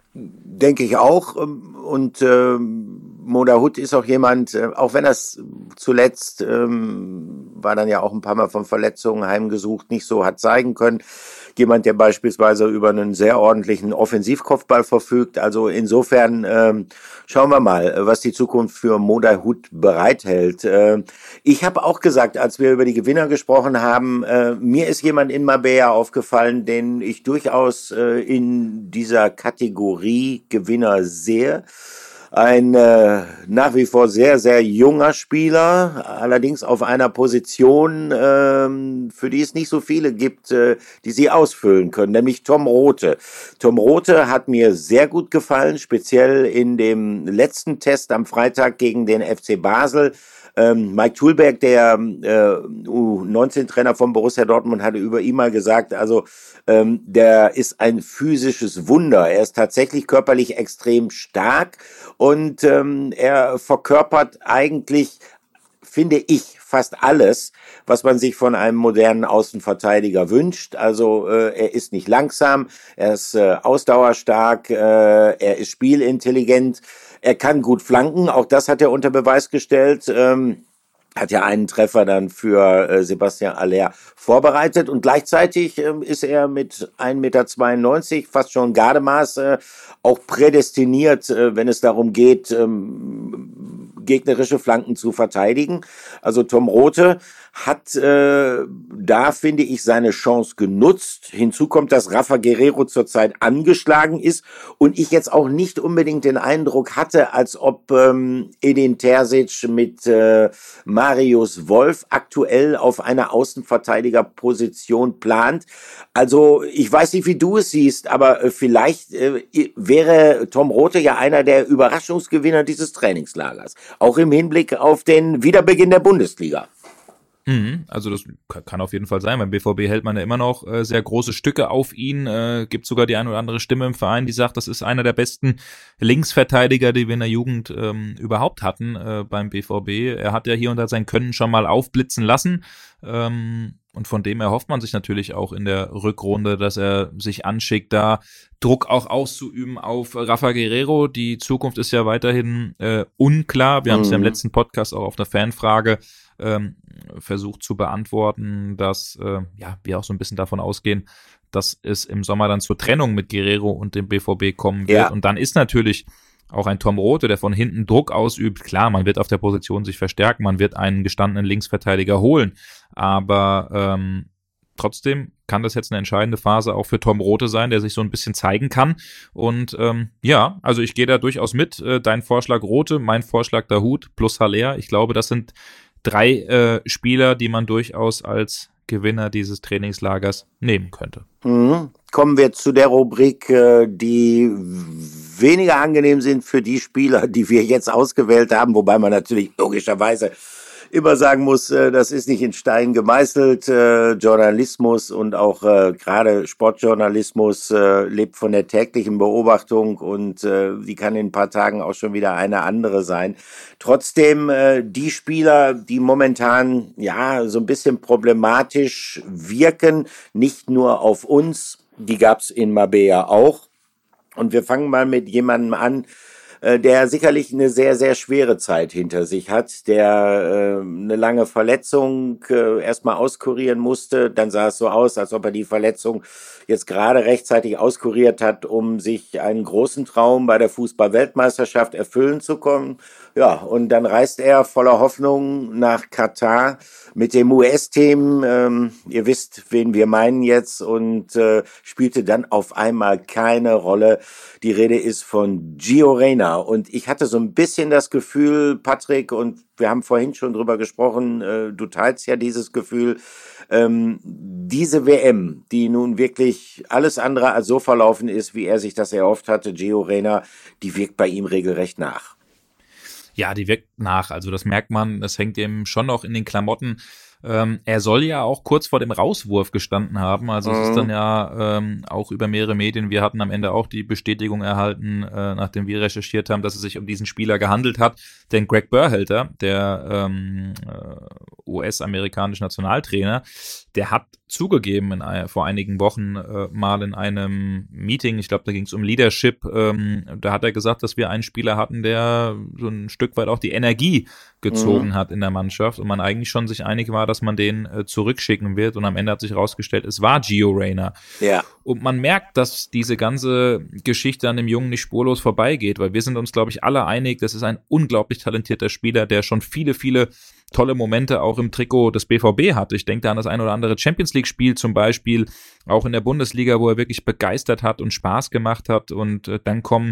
Denke ich auch. Und äh, Mo Dahoud ist auch jemand, äh, auch wenn das zuletzt ähm, war dann ja auch ein paar Mal von Verletzungen heimgesucht, nicht so hat zeigen können. Jemand, der beispielsweise über einen sehr ordentlichen Offensivkopfball verfügt. Also insofern ähm, schauen wir mal, was die Zukunft für Mo Dahoud bereithält. Äh, ich habe auch gesagt, als wir über die Gewinner gesprochen haben, äh, mir ist jemand in Marbella aufgefallen, den ich durchaus äh, in dieser Kategorie Gewinner sehe. Ein äh, nach wie vor sehr, sehr junger Spieler, allerdings auf einer Position, ähm, für die es nicht so viele gibt, äh, die sie ausfüllen können, nämlich Tom Rothe. Tom Rothe hat mir sehr gut gefallen, speziell in dem letzten Test am Freitag gegen den F C Basel. Ähm, Mike Thulberg, der äh, U neunzehn-Trainer von Borussia Dortmund, hatte über ihn mal gesagt, also ähm, der ist ein physisches Wunder. Er ist tatsächlich körperlich extrem stark und ähm, er verkörpert eigentlich, finde ich, fast alles, was man sich von einem modernen Außenverteidiger wünscht. Also äh, er ist nicht langsam, er ist äh, ausdauerstark, äh, er ist spielintelligent, er kann gut flanken, auch das hat er unter Beweis gestellt. Ähm, hat ja einen Treffer dann für äh, Sebastian Aller vorbereitet und gleichzeitig äh, ist er mit ein Meter zweiundneunzig, fast schon Gardemaß, äh, auch prädestiniert, äh, wenn es darum geht, ähm, gegnerische Flanken zu verteidigen. Also Tom Rothe hat äh, da, finde ich, seine Chance genutzt. Hinzu kommt, dass Rafa Guerreiro zurzeit angeschlagen ist und ich jetzt auch nicht unbedingt den Eindruck hatte, als ob ähm, Edin Terzic mit äh, Marius Wolf aktuell auf einer Außenverteidigerposition plant. Also ich weiß nicht, wie du es siehst, aber äh, vielleicht äh, wäre Tom Rothe ja einer der Überraschungsgewinner dieses Trainingslagers. Auch im Hinblick auf den Wiederbeginn der Bundesliga. Also das kann auf jeden Fall sein. Beim B V B hält man ja immer noch äh, sehr große Stücke auf ihn. Äh, gibt sogar die eine oder andere Stimme im Verein, die sagt, das ist einer der besten Linksverteidiger, die wir in der Jugend ähm, überhaupt hatten äh, beim B V B. Er hat ja hier und da sein Können schon mal aufblitzen lassen. Ähm, und von dem erhofft man sich natürlich auch in der Rückrunde, dass er sich anschickt, da Druck auch auszuüben auf Rafa Guerreiro. Die Zukunft ist ja weiterhin äh, unklar. Wir mhm. haben es ja im letzten Podcast auch auf einer Fanfrage ähm, versucht zu beantworten, dass äh, ja wir auch so ein bisschen davon ausgehen, dass es im Sommer dann zur Trennung mit Guerreiro und dem B V B kommen wird. Ja. Und dann ist natürlich auch ein Tom Rothe, der von hinten Druck ausübt. Klar, man wird auf der Position sich verstärken, man wird einen gestandenen Linksverteidiger holen, aber ähm, trotzdem kann das jetzt eine entscheidende Phase auch für Tom Rothe sein, der sich so ein bisschen zeigen kann. Und ähm, ja, also ich gehe da durchaus mit. Äh, dein Vorschlag Rothe, mein Vorschlag Dahoud plus Haller. Ich glaube, das sind drei äh, Spieler, die man durchaus als Gewinner dieses Trainingslagers nehmen könnte. Mhm. Kommen wir zu der Rubrik, äh, die weniger angenehm sind für die Spieler, die wir jetzt ausgewählt haben, wobei man natürlich logischerweise immer sagen muss, äh, das ist nicht in Stein gemeißelt. Äh, Journalismus und auch äh, gerade Sportjournalismus äh, lebt von der täglichen Beobachtung und äh, die kann in ein paar Tagen auch schon wieder eine andere sein. Trotzdem äh, die Spieler, die momentan ja so ein bisschen problematisch wirken, nicht nur auf uns, die gab's in Marbella auch. Und wir fangen mal mit jemandem an, der sicherlich eine sehr, sehr schwere Zeit hinter sich hat, der äh, eine lange Verletzung äh, erstmal auskurieren musste. Dann sah es so aus, als ob er die Verletzung jetzt gerade rechtzeitig auskuriert hat, um sich einen großen Traum bei der Fußball-Weltmeisterschaft erfüllen zu können. Ja, und dann reist er voller Hoffnung nach Katar mit dem U S-Team. Ähm, ihr wisst, wen wir meinen jetzt, und äh, spielte dann auf einmal keine Rolle. Die Rede ist von Gio Reyna. Und ich hatte so ein bisschen das Gefühl, Patrick, und wir haben vorhin schon drüber gesprochen, äh, du teilst ja dieses Gefühl, ähm, diese W M, die nun wirklich alles andere als so verlaufen ist, wie er sich das erhofft hatte, Gio Reyna, die wirkt bei ihm regelrecht nach. Ja, die wirkt nach. Also das merkt man, das hängt ihm schon noch in den Klamotten. Ähm, er soll ja auch kurz vor dem Rauswurf gestanden haben, also mhm. es ist dann ja ähm, auch über mehrere Medien, wir hatten am Ende auch die Bestätigung erhalten, äh, nachdem wir recherchiert haben, dass es sich um diesen Spieler gehandelt hat, denn Greg Berhalter, der ähm, äh, U S-amerikanische Nationaltrainer, der hat zugegeben in, äh, vor einigen Wochen äh, mal in einem Meeting, ich glaube, da ging es um Leadership, ähm, da hat er gesagt, dass wir einen Spieler hatten, der so ein Stück weit auch die Energie gezogen mhm. hat in der Mannschaft und man eigentlich schon sich einig war, dass man den äh, zurückschicken wird, und am Ende hat sich herausgestellt, es war Gio Reyna. Ja. Und man merkt, dass diese ganze Geschichte an dem Jungen nicht spurlos vorbeigeht, weil wir sind uns, glaube ich, alle einig, das ist ein unglaublich talentierter Spieler, der schon viele, viele tolle Momente auch im Trikot des B V B hatte. Ich denke da an das ein oder andere Champions-League-Spiel zum Beispiel, auch in der Bundesliga, wo er wirklich begeistert hat und Spaß gemacht hat, und äh, dann kommen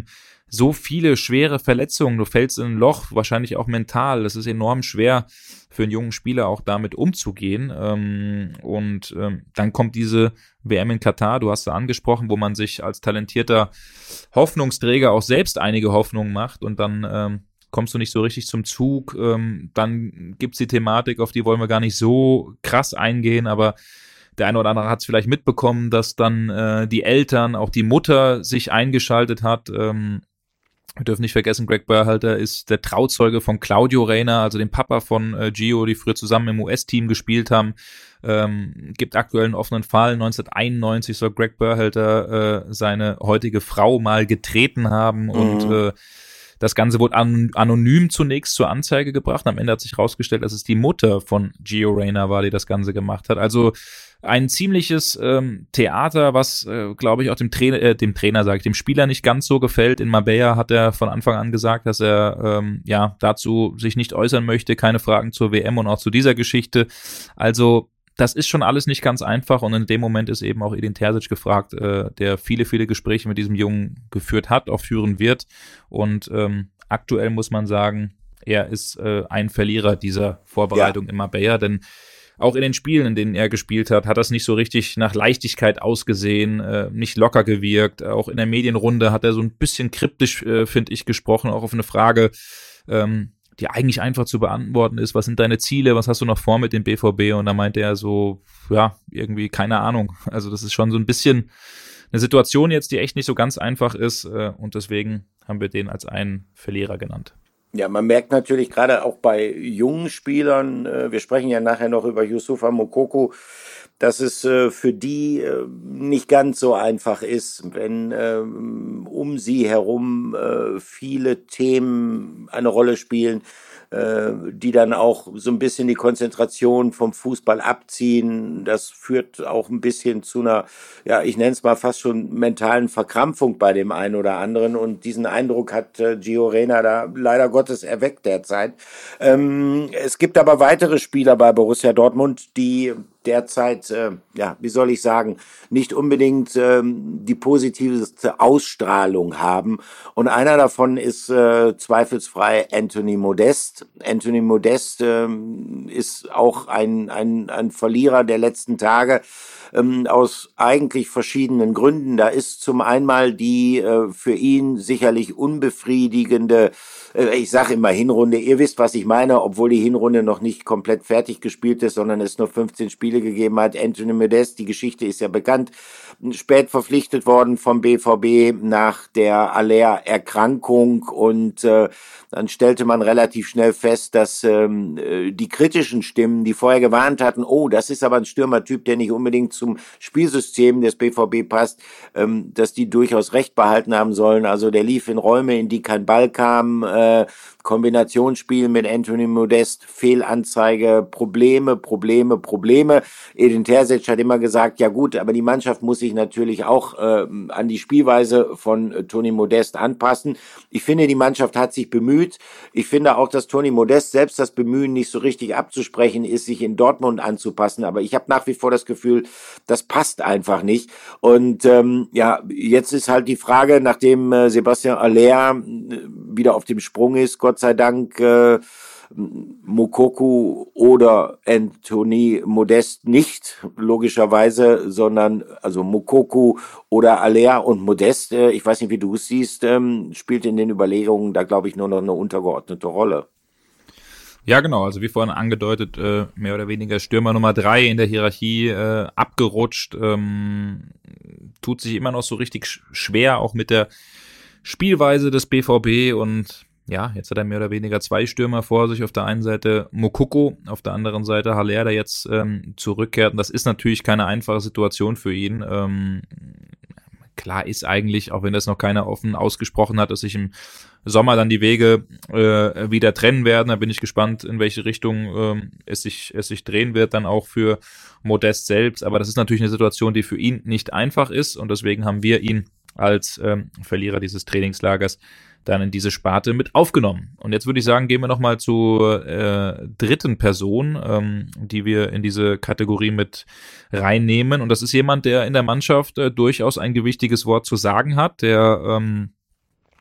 so viele schwere Verletzungen, du fällst in ein Loch, wahrscheinlich auch mental, das ist enorm schwer für einen jungen Spieler auch damit umzugehen, ähm, und ähm, dann kommt diese W M in Katar, du hast sie angesprochen, wo man sich als talentierter Hoffnungsträger auch selbst einige Hoffnungen macht und dann ähm, kommst du nicht so richtig zum Zug, ähm, dann gibt's die Thematik, auf die wollen wir gar nicht so krass eingehen, aber der eine oder andere hat es vielleicht mitbekommen, dass dann äh, die Eltern, auch die Mutter sich eingeschaltet hat. Ähm, wir dürfen nicht vergessen, Greg Berhalter ist der Trauzeuge von Claudio Reyna, also dem Papa von äh, Gio, die früher zusammen im U S-Team gespielt haben. Ähm, gibt aktuell einen offenen Fall. neunzehnhunderteinundneunzig soll Greg Berhalter äh, seine heutige Frau mal getreten haben, mhm. und äh, das Ganze wurde an, anonym zunächst zur Anzeige gebracht. Am Ende hat sich herausgestellt, dass es die Mutter von Gio Reyna war, die das Ganze gemacht hat. Also ein ziemliches ähm, Theater, was, äh, glaube ich, auch dem Trainer, äh, dem Trainer sage ich, dem Spieler nicht ganz so gefällt. In Marbella hat er von Anfang an gesagt, dass er ähm, ja dazu sich nicht äußern möchte, keine Fragen zur W M und auch zu dieser Geschichte. Also das ist schon alles nicht ganz einfach und in dem Moment ist eben auch Edin Terzic gefragt, äh, der viele, viele Gespräche mit diesem Jungen geführt hat, auch führen wird und ähm, aktuell muss man sagen, er ist äh, ein Verlierer dieser Vorbereitung ja. in Marbella, denn auch in den Spielen, in denen er gespielt hat, hat das nicht so richtig nach Leichtigkeit ausgesehen, äh, nicht locker gewirkt, auch in der Medienrunde hat er so ein bisschen kryptisch, äh, finde ich, gesprochen, auch auf eine Frage, ähm, die eigentlich einfach zu beantworten ist, was sind deine Ziele, was hast du noch vor mit dem B V B und da meinte er so, ja, irgendwie keine Ahnung, also das ist schon so ein bisschen eine Situation jetzt, die echt nicht so ganz einfach ist und deswegen haben wir den als einen Verlierer genannt. Ja, man merkt natürlich gerade auch bei jungen Spielern, wir sprechen ja nachher noch über Youssoufa Moukoko, dass es äh, für die äh, nicht ganz so einfach ist, wenn äh, um sie herum äh, viele Themen eine Rolle spielen, äh, die dann auch so ein bisschen die Konzentration vom Fußball abziehen. Das führt auch ein bisschen zu einer, ja, ich nenne es mal fast schon mentalen Verkrampfung bei dem einen oder anderen. Und diesen Eindruck hat äh, Gio Reyna da leider Gottes erweckt derzeit. Ähm, es gibt aber weitere Spieler bei Borussia Dortmund, die derzeit, äh, ja, wie soll ich sagen, nicht unbedingt ähm, die positivste Ausstrahlung haben. Und einer davon ist äh, zweifelsfrei Anthony Modest. Anthony Modest ähm, ist auch ein, ein, ein Verlierer der letzten Tage, ähm, aus eigentlich verschiedenen Gründen. Da ist zum einen die äh, für ihn sicherlich unbefriedigende, äh, ich sage immer Hinrunde, ihr wisst, was ich meine, obwohl die Hinrunde noch nicht komplett fertig gespielt ist, sondern es nur fünfzehn Spiele gegeben hat. Anthony Modest, die Geschichte ist ja bekannt, spät verpflichtet worden vom B V B nach der Aller-Erkrankung und äh, dann stellte man relativ schnell fest, dass ähm, die kritischen Stimmen, die vorher gewarnt hatten, oh, das ist aber ein Stürmertyp, der nicht unbedingt zum Spielsystem des B V B passt, ähm, dass die durchaus recht behalten haben sollen. Also der lief in Räume, in die kein Ball kam, äh, Kombinationsspiel mit Anthony Modest, Fehlanzeige, Probleme, Probleme, Probleme. Edin Terzic hat immer gesagt, ja gut, aber die Mannschaft muss sich natürlich auch äh, an die Spielweise von äh, Toni Modest anpassen. Ich finde, die Mannschaft hat sich bemüht. Ich finde auch, dass Toni Modest selbst das Bemühen nicht so richtig abzusprechen ist, sich in Dortmund anzupassen. Aber ich habe nach wie vor das Gefühl, das passt einfach nicht. Und ähm, ja, jetzt ist halt die Frage, nachdem äh, Sebastian Haller äh, wieder auf dem Sprung ist, Gott sei Dank, äh, Moukoko oder Anthony Modest nicht, logischerweise, sondern also Moukoko oder Haller und Modest, äh, ich weiß nicht, wie du es siehst, ähm, spielt in den Überlegungen da, glaube ich, nur noch eine untergeordnete Rolle. Ja, genau, also wie vorhin angedeutet, äh, mehr oder weniger Stürmer Nummer drei in der Hierarchie, äh, abgerutscht, ähm, tut sich immer noch so richtig sch- schwer, auch mit der Spielweise des B V B und ja, jetzt hat er mehr oder weniger zwei Stürmer vor sich. Auf der einen Seite Moukoko, auf der anderen Seite Haller, der jetzt ähm, zurückkehrt. Und das ist natürlich keine einfache Situation für ihn. Ähm, klar ist eigentlich, auch wenn das noch keiner offen ausgesprochen hat, dass sich im Sommer dann die Wege äh, wieder trennen werden. Da bin ich gespannt, in welche Richtung ähm, es sich es sich drehen wird, dann auch für Modest selbst. Aber das ist natürlich eine Situation, die für ihn nicht einfach ist. Und deswegen haben wir ihn als ähm, Verlierer dieses Trainingslagers dann in diese Sparte mit aufgenommen. Und jetzt würde ich sagen, gehen wir nochmal zur äh, dritten Person, ähm, die wir in diese Kategorie mit reinnehmen. Und das ist jemand, der in der Mannschaft äh, durchaus ein gewichtiges Wort zu sagen hat, der ähm,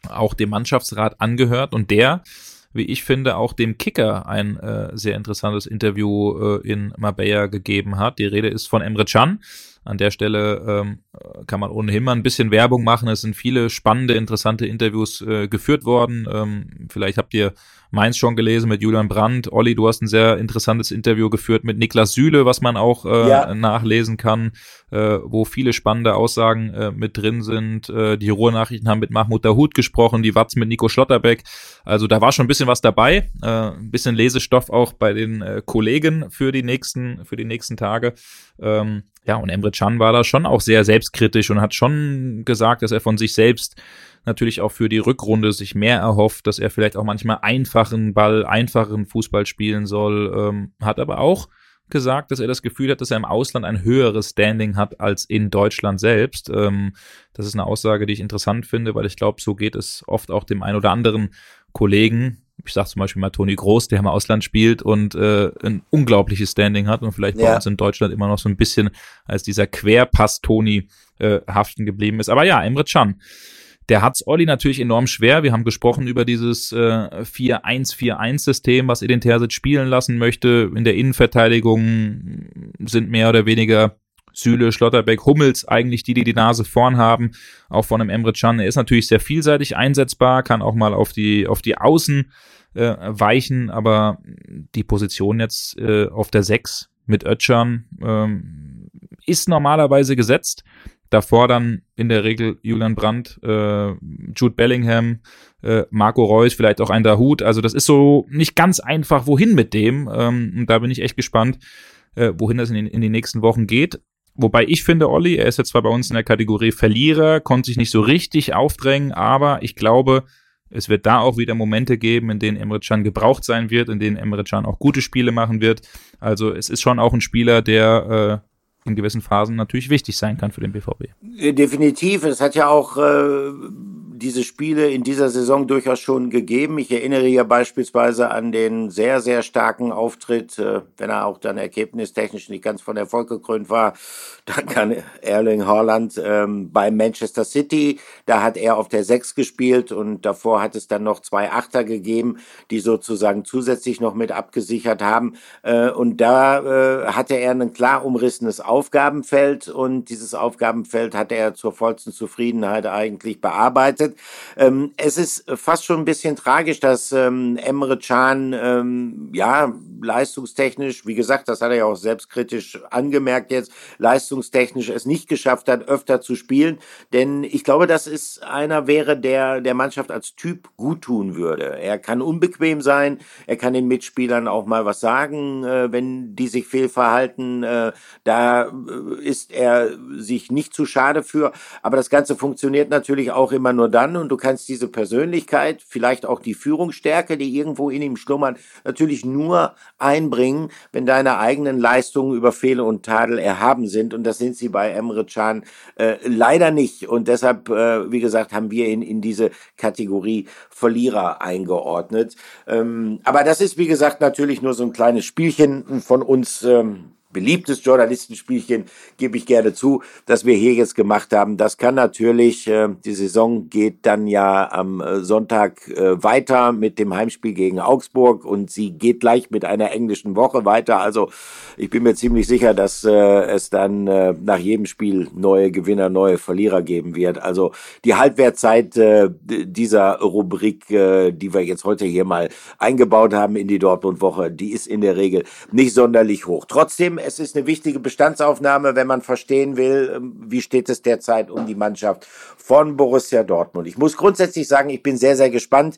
auch dem Mannschaftsrat angehört und der, wie ich finde, auch dem Kicker ein äh, sehr interessantes Interview äh, in Marbella gegeben hat. Die Rede ist von Emre Can. An der Stelle ähm, kann man ohnehin mal ein bisschen Werbung machen. Es sind viele spannende, interessante Interviews äh, geführt worden. Ähm, vielleicht habt ihr meins schon gelesen mit Julian Brandt. Olli, du hast ein sehr interessantes Interview geführt mit Niklas Süle, was man auch äh, ja. nachlesen kann, äh, wo viele spannende Aussagen äh, mit drin sind. Äh, die Ruhr-Nachrichten haben mit Mahmoud Dahoud gesprochen, die Watz mit Nico Schlotterbeck. Also da war schon ein bisschen was dabei. Äh, ein bisschen Lesestoff auch bei den äh, Kollegen für die nächsten, für die nächsten Tage. Ähm, Ja, und Emre Can war da schon auch sehr selbstkritisch und hat schon gesagt, dass er von sich selbst natürlich auch für die Rückrunde sich mehr erhofft, dass er vielleicht auch manchmal einfachen Ball, einfachen Fußball spielen soll, ähm, hat aber auch gesagt, dass er das Gefühl hat, dass er im Ausland ein höheres Standing hat als in Deutschland selbst. Ähm, das ist eine Aussage, die ich interessant finde, weil ich glaube, so geht es oft auch dem einen oder anderen Kollegen. Ich sage zum Beispiel mal Toni Groß, der im Ausland spielt und äh, ein unglaubliches Standing hat und vielleicht bei ja. uns in Deutschland immer noch so ein bisschen als dieser Querpass-Toni äh, haften geblieben ist. Aber ja, Emre Can, der hat's Olli natürlich enorm schwer. Wir haben gesprochen über dieses äh, vier eins vier eins System, was Edin Terzic spielen lassen möchte. In der Innenverteidigung sind mehr oder weniger Süle, Schlotterbeck, Hummels eigentlich die, die die Nase vorn haben, auch von einem Emre Can. Er ist natürlich sehr vielseitig einsetzbar, kann auch mal auf die auf die Außen äh, weichen, aber die Position jetzt äh, auf der sechs mit Özcan ähm, ist normalerweise gesetzt. Davor dann in der Regel Julian Brandt, äh, Jude Bellingham, äh, Marco Reus, vielleicht auch ein Dahoud. Also das ist so nicht ganz einfach, wohin mit dem. Ähm, und da bin ich echt gespannt, äh, wohin das in, den, in die nächsten Wochen geht. Wobei ich finde, Olli, er ist jetzt zwar bei uns in der Kategorie Verlierer, konnte sich nicht so richtig aufdrängen, aber ich glaube, es wird da auch wieder Momente geben, in denen Emre Can gebraucht sein wird, in denen Emre Can auch gute Spiele machen wird. Also es ist schon auch ein Spieler, der äh, in gewissen Phasen natürlich wichtig sein kann für den B V B. Definitiv. Es hat ja auch äh, diese Spiele in dieser Saison durchaus schon gegeben. Ich erinnere ja beispielsweise an den sehr, sehr starken Auftritt, äh, wenn er auch dann ergebnistechnisch nicht ganz von Erfolg gekrönt war. Dann kann Erling Haaland ähm, bei Manchester City, da hat er auf der sechs gespielt und davor hat es dann noch zwei Achter gegeben, die sozusagen zusätzlich noch mit abgesichert haben. Äh, und da äh, hatte er ein klar umrissenes Aufgabenfeld und dieses Aufgabenfeld hat er zur vollsten Zufriedenheit eigentlich bearbeitet. Ähm, es ist fast schon ein bisschen tragisch, dass ähm, Emre Can ähm, ja leistungstechnisch, wie gesagt, das hat er ja auch selbstkritisch angemerkt jetzt, leistungstechnisch es nicht geschafft hat, öfter zu spielen, denn ich glaube, das ist einer wäre, der der Mannschaft als Typ gut tun würde. Er kann unbequem sein, er kann den Mitspielern auch mal was sagen, äh, wenn die sich fehlverhalten, äh, da ist er sich nicht zu schade für, aber das Ganze funktioniert natürlich auch immer nur dann und du kannst diese Persönlichkeit, vielleicht auch die Führungsstärke, die irgendwo in ihm schlummern, natürlich nur einbringen, wenn deine eigenen Leistungen über Fehle und Tadel erhaben sind und das sind sie bei Emre Can äh, leider nicht und deshalb, äh, wie gesagt, haben wir ihn in diese Kategorie Verlierer eingeordnet. Ähm, aber das ist, wie gesagt, natürlich nur so ein kleines Spielchen von uns, ähm, beliebtes Journalistenspielchen, gebe ich gerne zu, dass wir hier jetzt gemacht haben. Das kann natürlich, äh, die Saison geht dann ja am äh, Sonntag äh, weiter mit dem Heimspiel gegen Augsburg und sie geht gleich mit einer englischen Woche weiter. Also ich bin mir ziemlich sicher, dass äh, es dann äh, nach jedem Spiel neue Gewinner, neue Verlierer geben wird. Also die Halbwertzeit äh, dieser Rubrik, äh, die wir jetzt heute hier mal eingebaut haben in die Dortmund-Woche, die ist in der Regel nicht sonderlich hoch. Trotzdem, es ist eine wichtige Bestandsaufnahme, wenn man verstehen will, wie steht es derzeit um die Mannschaft von Borussia Dortmund. Ich muss grundsätzlich sagen, ich bin sehr, sehr gespannt,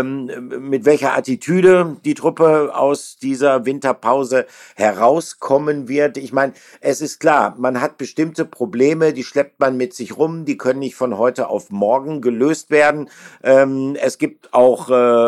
mit welcher Attitüde die Truppe aus dieser Winterpause herauskommen wird. Ich meine, es ist klar, man hat bestimmte Probleme, die schleppt man mit sich rum, die können nicht von heute auf morgen gelöst werden. Es gibt auch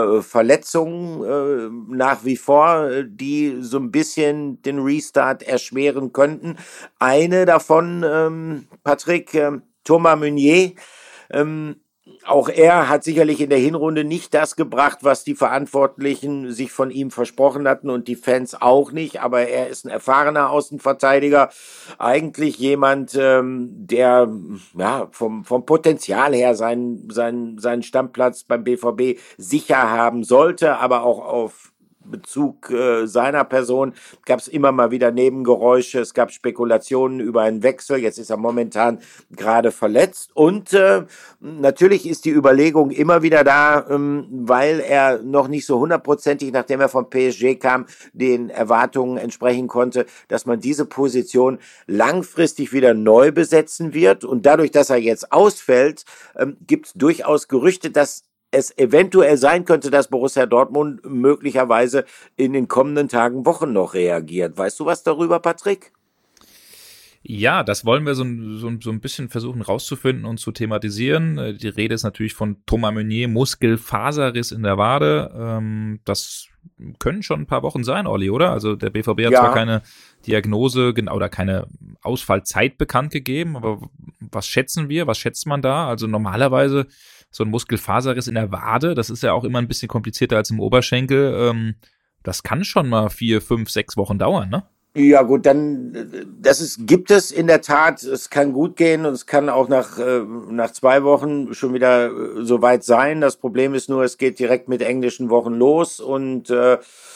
Verletzungen nach wie vor, die so ein bisschen den Restart erschweren könnten. Eine davon, ähm, Patrick, äh, Thomas Meunier, ähm, auch er hat sicherlich in der Hinrunde nicht das gebracht, was die Verantwortlichen sich von ihm versprochen hatten und die Fans auch nicht. Aber er ist ein erfahrener Außenverteidiger. Eigentlich jemand, ähm, der ja, vom, vom Potenzial her seinen, seinen, seinen Stammplatz beim B V B sicher haben sollte, aber auch auf Bezug äh, seiner Person gab es immer mal wieder Nebengeräusche, es gab Spekulationen über einen Wechsel, jetzt ist er momentan gerade verletzt und äh, natürlich ist die Überlegung immer wieder da, ähm, weil er noch nicht so hundertprozentig, nachdem er vom P S G kam, den Erwartungen entsprechen konnte, dass man diese Position langfristig wieder neu besetzen wird und dadurch, dass er jetzt ausfällt, ähm, gibt es durchaus Gerüchte, dass es eventuell sein könnte, dass Borussia Dortmund möglicherweise in den kommenden Tagen, Wochen noch reagiert. Weißt du was darüber, Patrick? Ja, das wollen wir so, so, so ein bisschen versuchen rauszufinden und zu thematisieren. Die Rede ist natürlich von Thomas Meunier, Muskelfaserriss in der Wade. Das können schon ein paar Wochen sein, Olli, oder? Also der B V B hat ja zwar keine Diagnose genau oder keine Ausfallzeit bekannt gegeben, aber was schätzen wir? Was schätzt man da? Also normalerweise so ein Muskelfaserriss in der Wade, das ist ja auch immer ein bisschen komplizierter als im Oberschenkel. Das kann schon mal vier, fünf, sechs Wochen dauern, ne? Ja gut, dann das ist, gibt es in der Tat, es kann gut gehen und es kann auch nach, nach zwei Wochen schon wieder so weit sein. Das Problem ist nur, es geht direkt mit englischen Wochen los und äh,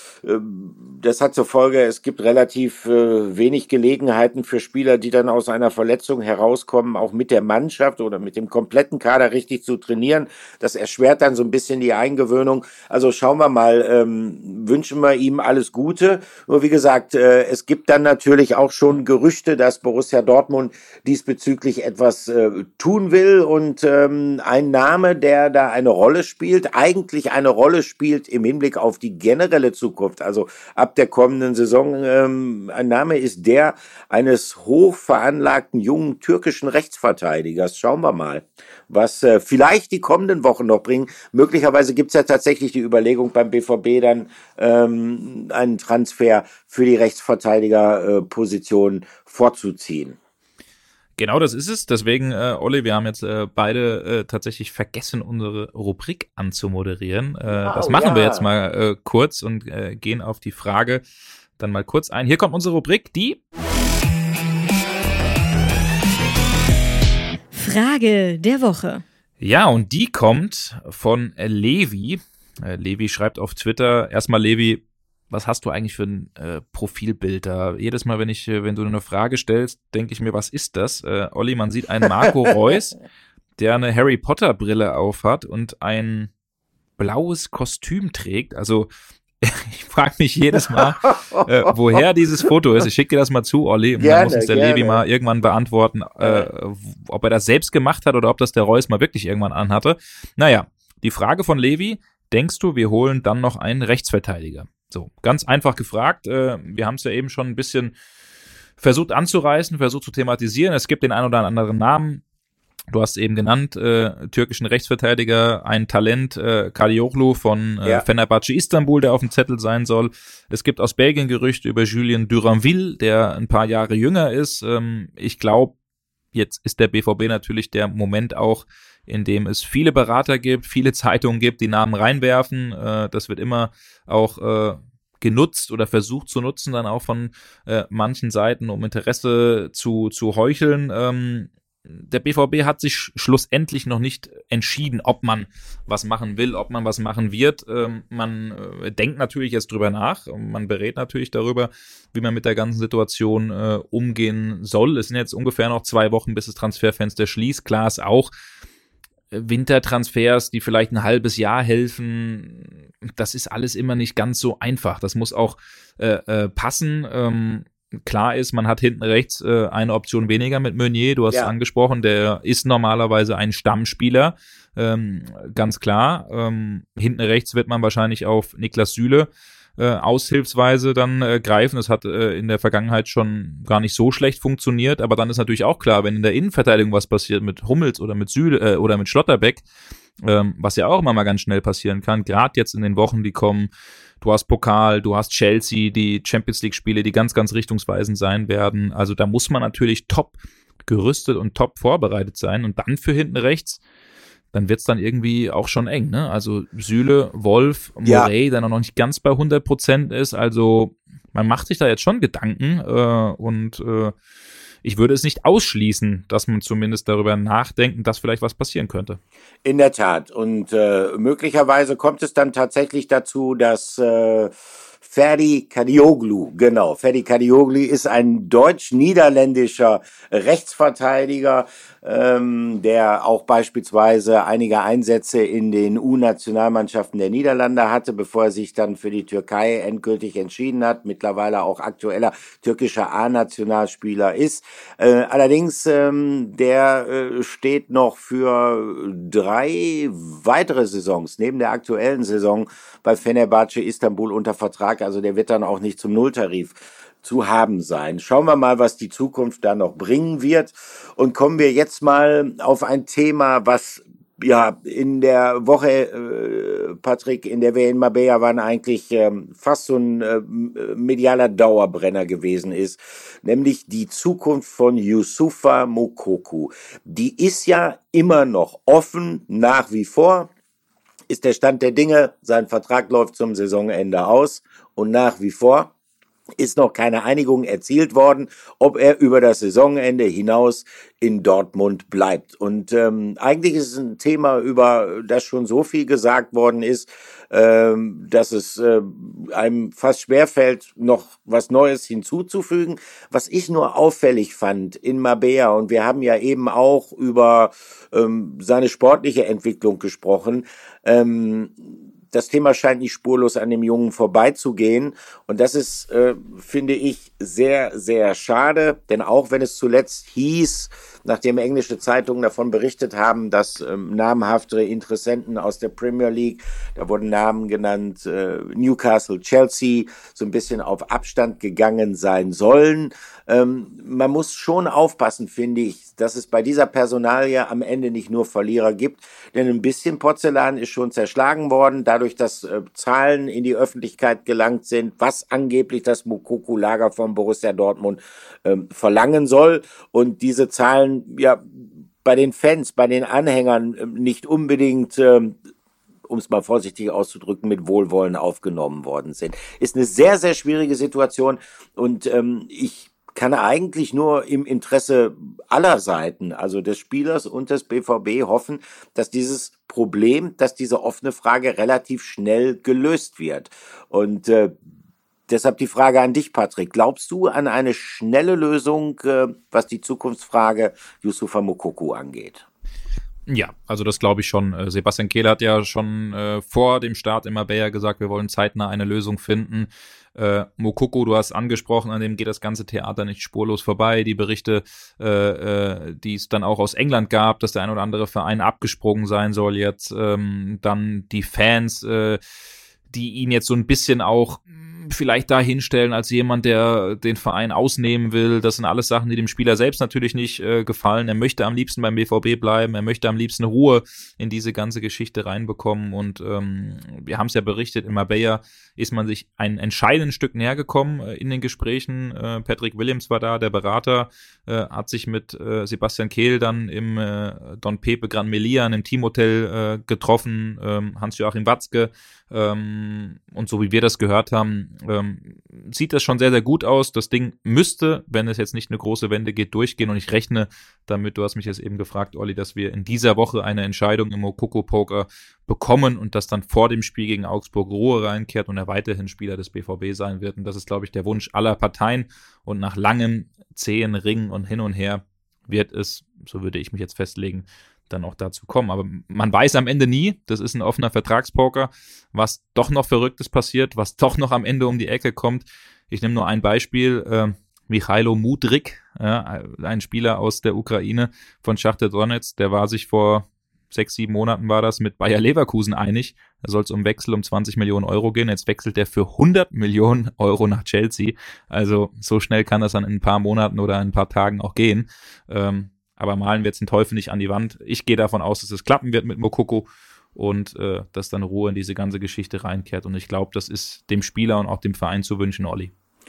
das hat zur Folge, es gibt relativ äh, wenig Gelegenheiten für Spieler, die dann aus einer Verletzung herauskommen, auch mit der Mannschaft oder mit dem kompletten Kader richtig zu trainieren. Das erschwert dann so ein bisschen die Eingewöhnung. Also schauen wir mal, ähm, wünschen wir ihm alles Gute. Nur wie gesagt, äh, es gibt dann natürlich auch schon Gerüchte, dass Borussia Dortmund diesbezüglich etwas äh, tun will und ähm, ein Name, der da eine Rolle spielt, eigentlich eine Rolle spielt im Hinblick auf die generelle Zukunft. Also ab der kommenden Saison, ähm, ein Name ist der eines hochveranlagten jungen türkischen Rechtsverteidigers. Schauen wir mal, was äh, vielleicht die kommenden Wochen noch bringen. Möglicherweise gibt es ja tatsächlich die Überlegung beim B V B dann ähm, einen Transfer für die Rechtsverteidigerposition äh, vorzuziehen. Genau, das ist es. Deswegen, äh, Olli, wir haben jetzt äh, beide äh, tatsächlich vergessen, unsere Rubrik anzumoderieren. Äh, wow, das machen ja. wir jetzt mal äh, kurz und äh, gehen auf die Frage dann mal kurz ein. Hier kommt unsere Rubrik, die Frage der Woche. Ja, und die kommt von äh, Levi. Äh, Levi schreibt auf Twitter, erstmal Levi, was hast du eigentlich für ein äh, Profilbild da? Jedes Mal, wenn ich, wenn du eine Frage stellst, denke ich mir, was ist das? Äh, Olli, man sieht einen Marco Reus, der eine Harry Potter Brille aufhat und ein blaues Kostüm trägt. Also ich frage mich jedes Mal, äh, woher dieses Foto ist. Ich schicke dir das mal zu, Olli, und gerne, dann muss uns der gerne. Levi mal irgendwann beantworten, äh, ob er das selbst gemacht hat oder ob das der Reus mal wirklich irgendwann anhatte. Naja, die Frage von Levi, denkst du, wir holen dann noch einen Rechtsverteidiger? So, ganz einfach gefragt, äh, wir haben es ja eben schon ein bisschen versucht anzureißen, versucht zu thematisieren. Es gibt den einen oder anderen Namen, du hast eben genannt, äh, türkischen Rechtsverteidiger, ein Talent, äh, Kalioglu von äh, ja. Fenerbahce Istanbul, der auf dem Zettel sein soll. Es gibt aus Belgien Gerüchte über Julien Duranville, der ein paar Jahre jünger ist. Ähm, ich glaube, jetzt ist der B V B natürlich der Moment auch, in dem es viele Berater gibt, viele Zeitungen gibt, die Namen reinwerfen. Äh, das wird immer auch äh, genutzt oder versucht zu nutzen, dann auch von äh, manchen Seiten, um Interesse zu, zu heucheln. Ähm, der B V B hat sich schlussendlich noch nicht entschieden, ob man was machen will, ob man was machen wird. Ähm, man äh, denkt natürlich jetzt drüber nach, man berät natürlich darüber, wie man mit der ganzen Situation äh, umgehen soll. Es sind jetzt ungefähr noch zwei Wochen, bis das Transferfenster schließt. Klar ist auch, Wintertransfers, die vielleicht ein halbes Jahr helfen, das ist alles immer nicht ganz so einfach. Das muss auch äh, äh, passen. Ähm, klar ist, man hat hinten rechts äh, eine Option weniger mit Meunier, du hast es ja. angesprochen, der ist normalerweise ein Stammspieler, ähm, ganz klar. Ähm, hinten rechts wird man wahrscheinlich auf Niklas Süle äh, aushilfsweise dann äh, greifen. Das hat äh, in der Vergangenheit schon gar nicht so schlecht funktioniert, aber dann ist natürlich auch klar, wenn in der Innenverteidigung was passiert mit Hummels oder mit Süle äh, oder mit Schlotterbeck, ähm, was ja auch immer mal ganz schnell passieren kann, gerade jetzt in den Wochen, die kommen, du hast Pokal, du hast Chelsea, die Champions-League-Spiele, die ganz, ganz richtungsweisend sein werden. Also da muss man natürlich top gerüstet und top vorbereitet sein und dann für hinten rechts, dann wird's dann irgendwie auch schon eng, ne? Also Süle, Wolf, Morey, ja, dann auch noch nicht ganz bei hundert Prozent ist, also man macht sich da jetzt schon Gedanken äh, und äh, ich würde es nicht ausschließen, dass man zumindest darüber nachdenkt, dass vielleicht was passieren könnte. In der Tat. Und äh, möglicherweise kommt es dann tatsächlich dazu, dass äh, Ferdi Kadioglu, genau, Ferdi Kadioglu ist ein deutsch-niederländischer Rechtsverteidiger, ähm, der auch beispielsweise einige Einsätze in den U-Nationalmannschaften der Niederlande hatte, bevor er sich dann für die Türkei endgültig entschieden hat, mittlerweile auch aktueller türkischer A-Nationalspieler ist. Äh, allerdings, ähm, der äh, steht noch für drei weitere Saisons, neben der aktuellen Saison, bei Fenerbahce Istanbul unter Vertrag. Also der wird dann auch nicht zum Nulltarif zu haben sein. Schauen wir mal, was die Zukunft da noch bringen wird. Und kommen wir jetzt mal auf ein Thema, was ja in der Woche, äh, Patrick, in der wir in Marbella waren, eigentlich ähm, fast so ein äh, medialer Dauerbrenner gewesen ist, nämlich die Zukunft von Youssoufa Moukoko. Die ist ja immer noch offen, nach wie vor. Ist der Stand der Dinge, sein Vertrag läuft zum Saisonende aus und nach wie vor ist noch keine Einigung erzielt worden, ob er über das Saisonende hinaus in Dortmund bleibt. Und ähm, eigentlich ist es ein Thema, über das schon so viel gesagt worden ist, ähm, dass es äh, einem fast schwerfällt, noch was Neues hinzuzufügen. Was ich nur auffällig fand in Marbella, und wir haben ja eben auch über ähm, seine sportliche Entwicklung gesprochen, ähm, das Thema scheint nicht spurlos an dem Jungen vorbeizugehen. Und das ist, äh, finde ich, sehr, sehr schade. Denn auch wenn es zuletzt hieß, nachdem englische Zeitungen davon berichtet haben, dass ähm, namhaftere Interessenten aus der Premier League, da wurden Namen genannt, äh, Newcastle, Chelsea, so ein bisschen auf Abstand gegangen sein sollen. Ähm, man muss schon aufpassen, finde ich, dass es bei dieser Personalie am Ende nicht nur Verlierer gibt. Denn ein bisschen Porzellan ist schon zerschlagen worden, dadurch, dass äh, Zahlen in die Öffentlichkeit gelangt sind, was angeblich das Moukoko-Lager von Borussia Dortmund ähm, verlangen soll. Und diese Zahlen ja bei den Fans, bei den Anhängern nicht unbedingt, ähm, um es mal vorsichtig auszudrücken, mit Wohlwollen aufgenommen worden sind. Ist eine sehr, sehr schwierige Situation und ähm, ich kann eigentlich nur im Interesse aller Seiten, also des Spielers und des B V B, hoffen, dass dieses Problem, dass diese offene Frage relativ schnell gelöst wird. Und äh, deshalb die Frage an dich, Patrick. Glaubst du an eine schnelle Lösung, äh, was die Zukunftsfrage Youssoufa Moukoko angeht? Ja, also das glaube ich schon. Sebastian Kehl hat ja schon äh, vor dem Start in Marbella gesagt, wir wollen zeitnah eine Lösung finden. Äh, Moukoko, du hast angesprochen, an dem geht das ganze Theater nicht spurlos vorbei. Die Berichte, äh, äh, die es dann auch aus England gab, dass der ein oder andere Verein abgesprungen sein soll jetzt. Ähm, dann die Fans, äh, die ihn jetzt so ein bisschen auch vielleicht da hinstellen als jemand, der den Verein ausnehmen will. Das sind alles Sachen, die dem Spieler selbst natürlich nicht äh, gefallen. Er möchte am liebsten beim B V B bleiben. Er möchte am liebsten Ruhe in diese ganze Geschichte reinbekommen. Und ähm, wir haben es ja berichtet, in Marbella ist man sich ein entscheidendes Stück näher gekommen äh, in den Gesprächen. Äh, Patrick Williams war da, der Berater, äh, hat sich mit äh, Sebastian Kehl dann im äh, Don Pepe Gran Melia, im Teamhotel äh, getroffen. Ähm, Hans-Joachim Watzke. Ähm, und so wie wir das gehört haben, ähm, sieht das schon sehr, sehr gut aus. Das Ding müsste, wenn es jetzt nicht eine große Wende geht, durchgehen. Und ich rechne damit, du hast mich jetzt eben gefragt, Olli, dass wir in dieser Woche eine Entscheidung im Moukoko-Poker bekommen und dass dann vor dem Spiel gegen Augsburg Ruhe reinkehrt und er weiterhin Spieler des B V B sein wird. Und das ist, glaube ich, der Wunsch aller Parteien. Und nach langem zähen Ringen und hin und her wird es, so würde ich mich jetzt festlegen, dann auch dazu kommen. Aber man weiß am Ende nie, das ist ein offener Vertragspoker, was doch noch Verrücktes passiert, was doch noch am Ende um die Ecke kommt. Ich nehme nur ein Beispiel, äh, Michailo Mudryk, äh, ein Spieler aus der Ukraine von Schachtar Donetsk, der war sich vor sechs, sieben Monaten war das mit Bayer Leverkusen einig, da soll es um Wechsel um zwanzig Millionen Euro gehen, jetzt wechselt er für hundert Millionen Euro nach Chelsea, also so schnell kann das dann in ein paar Monaten oder in ein paar Tagen auch gehen. ähm, Aber malen wir jetzt den Teufel nicht an die Wand. Ich gehe davon aus, dass es klappen wird mit Moukoko und äh, dass dann Ruhe in diese ganze Geschichte reinkehrt. Und ich glaube, das ist dem Spieler und auch dem Verein zu wünschen, Olli.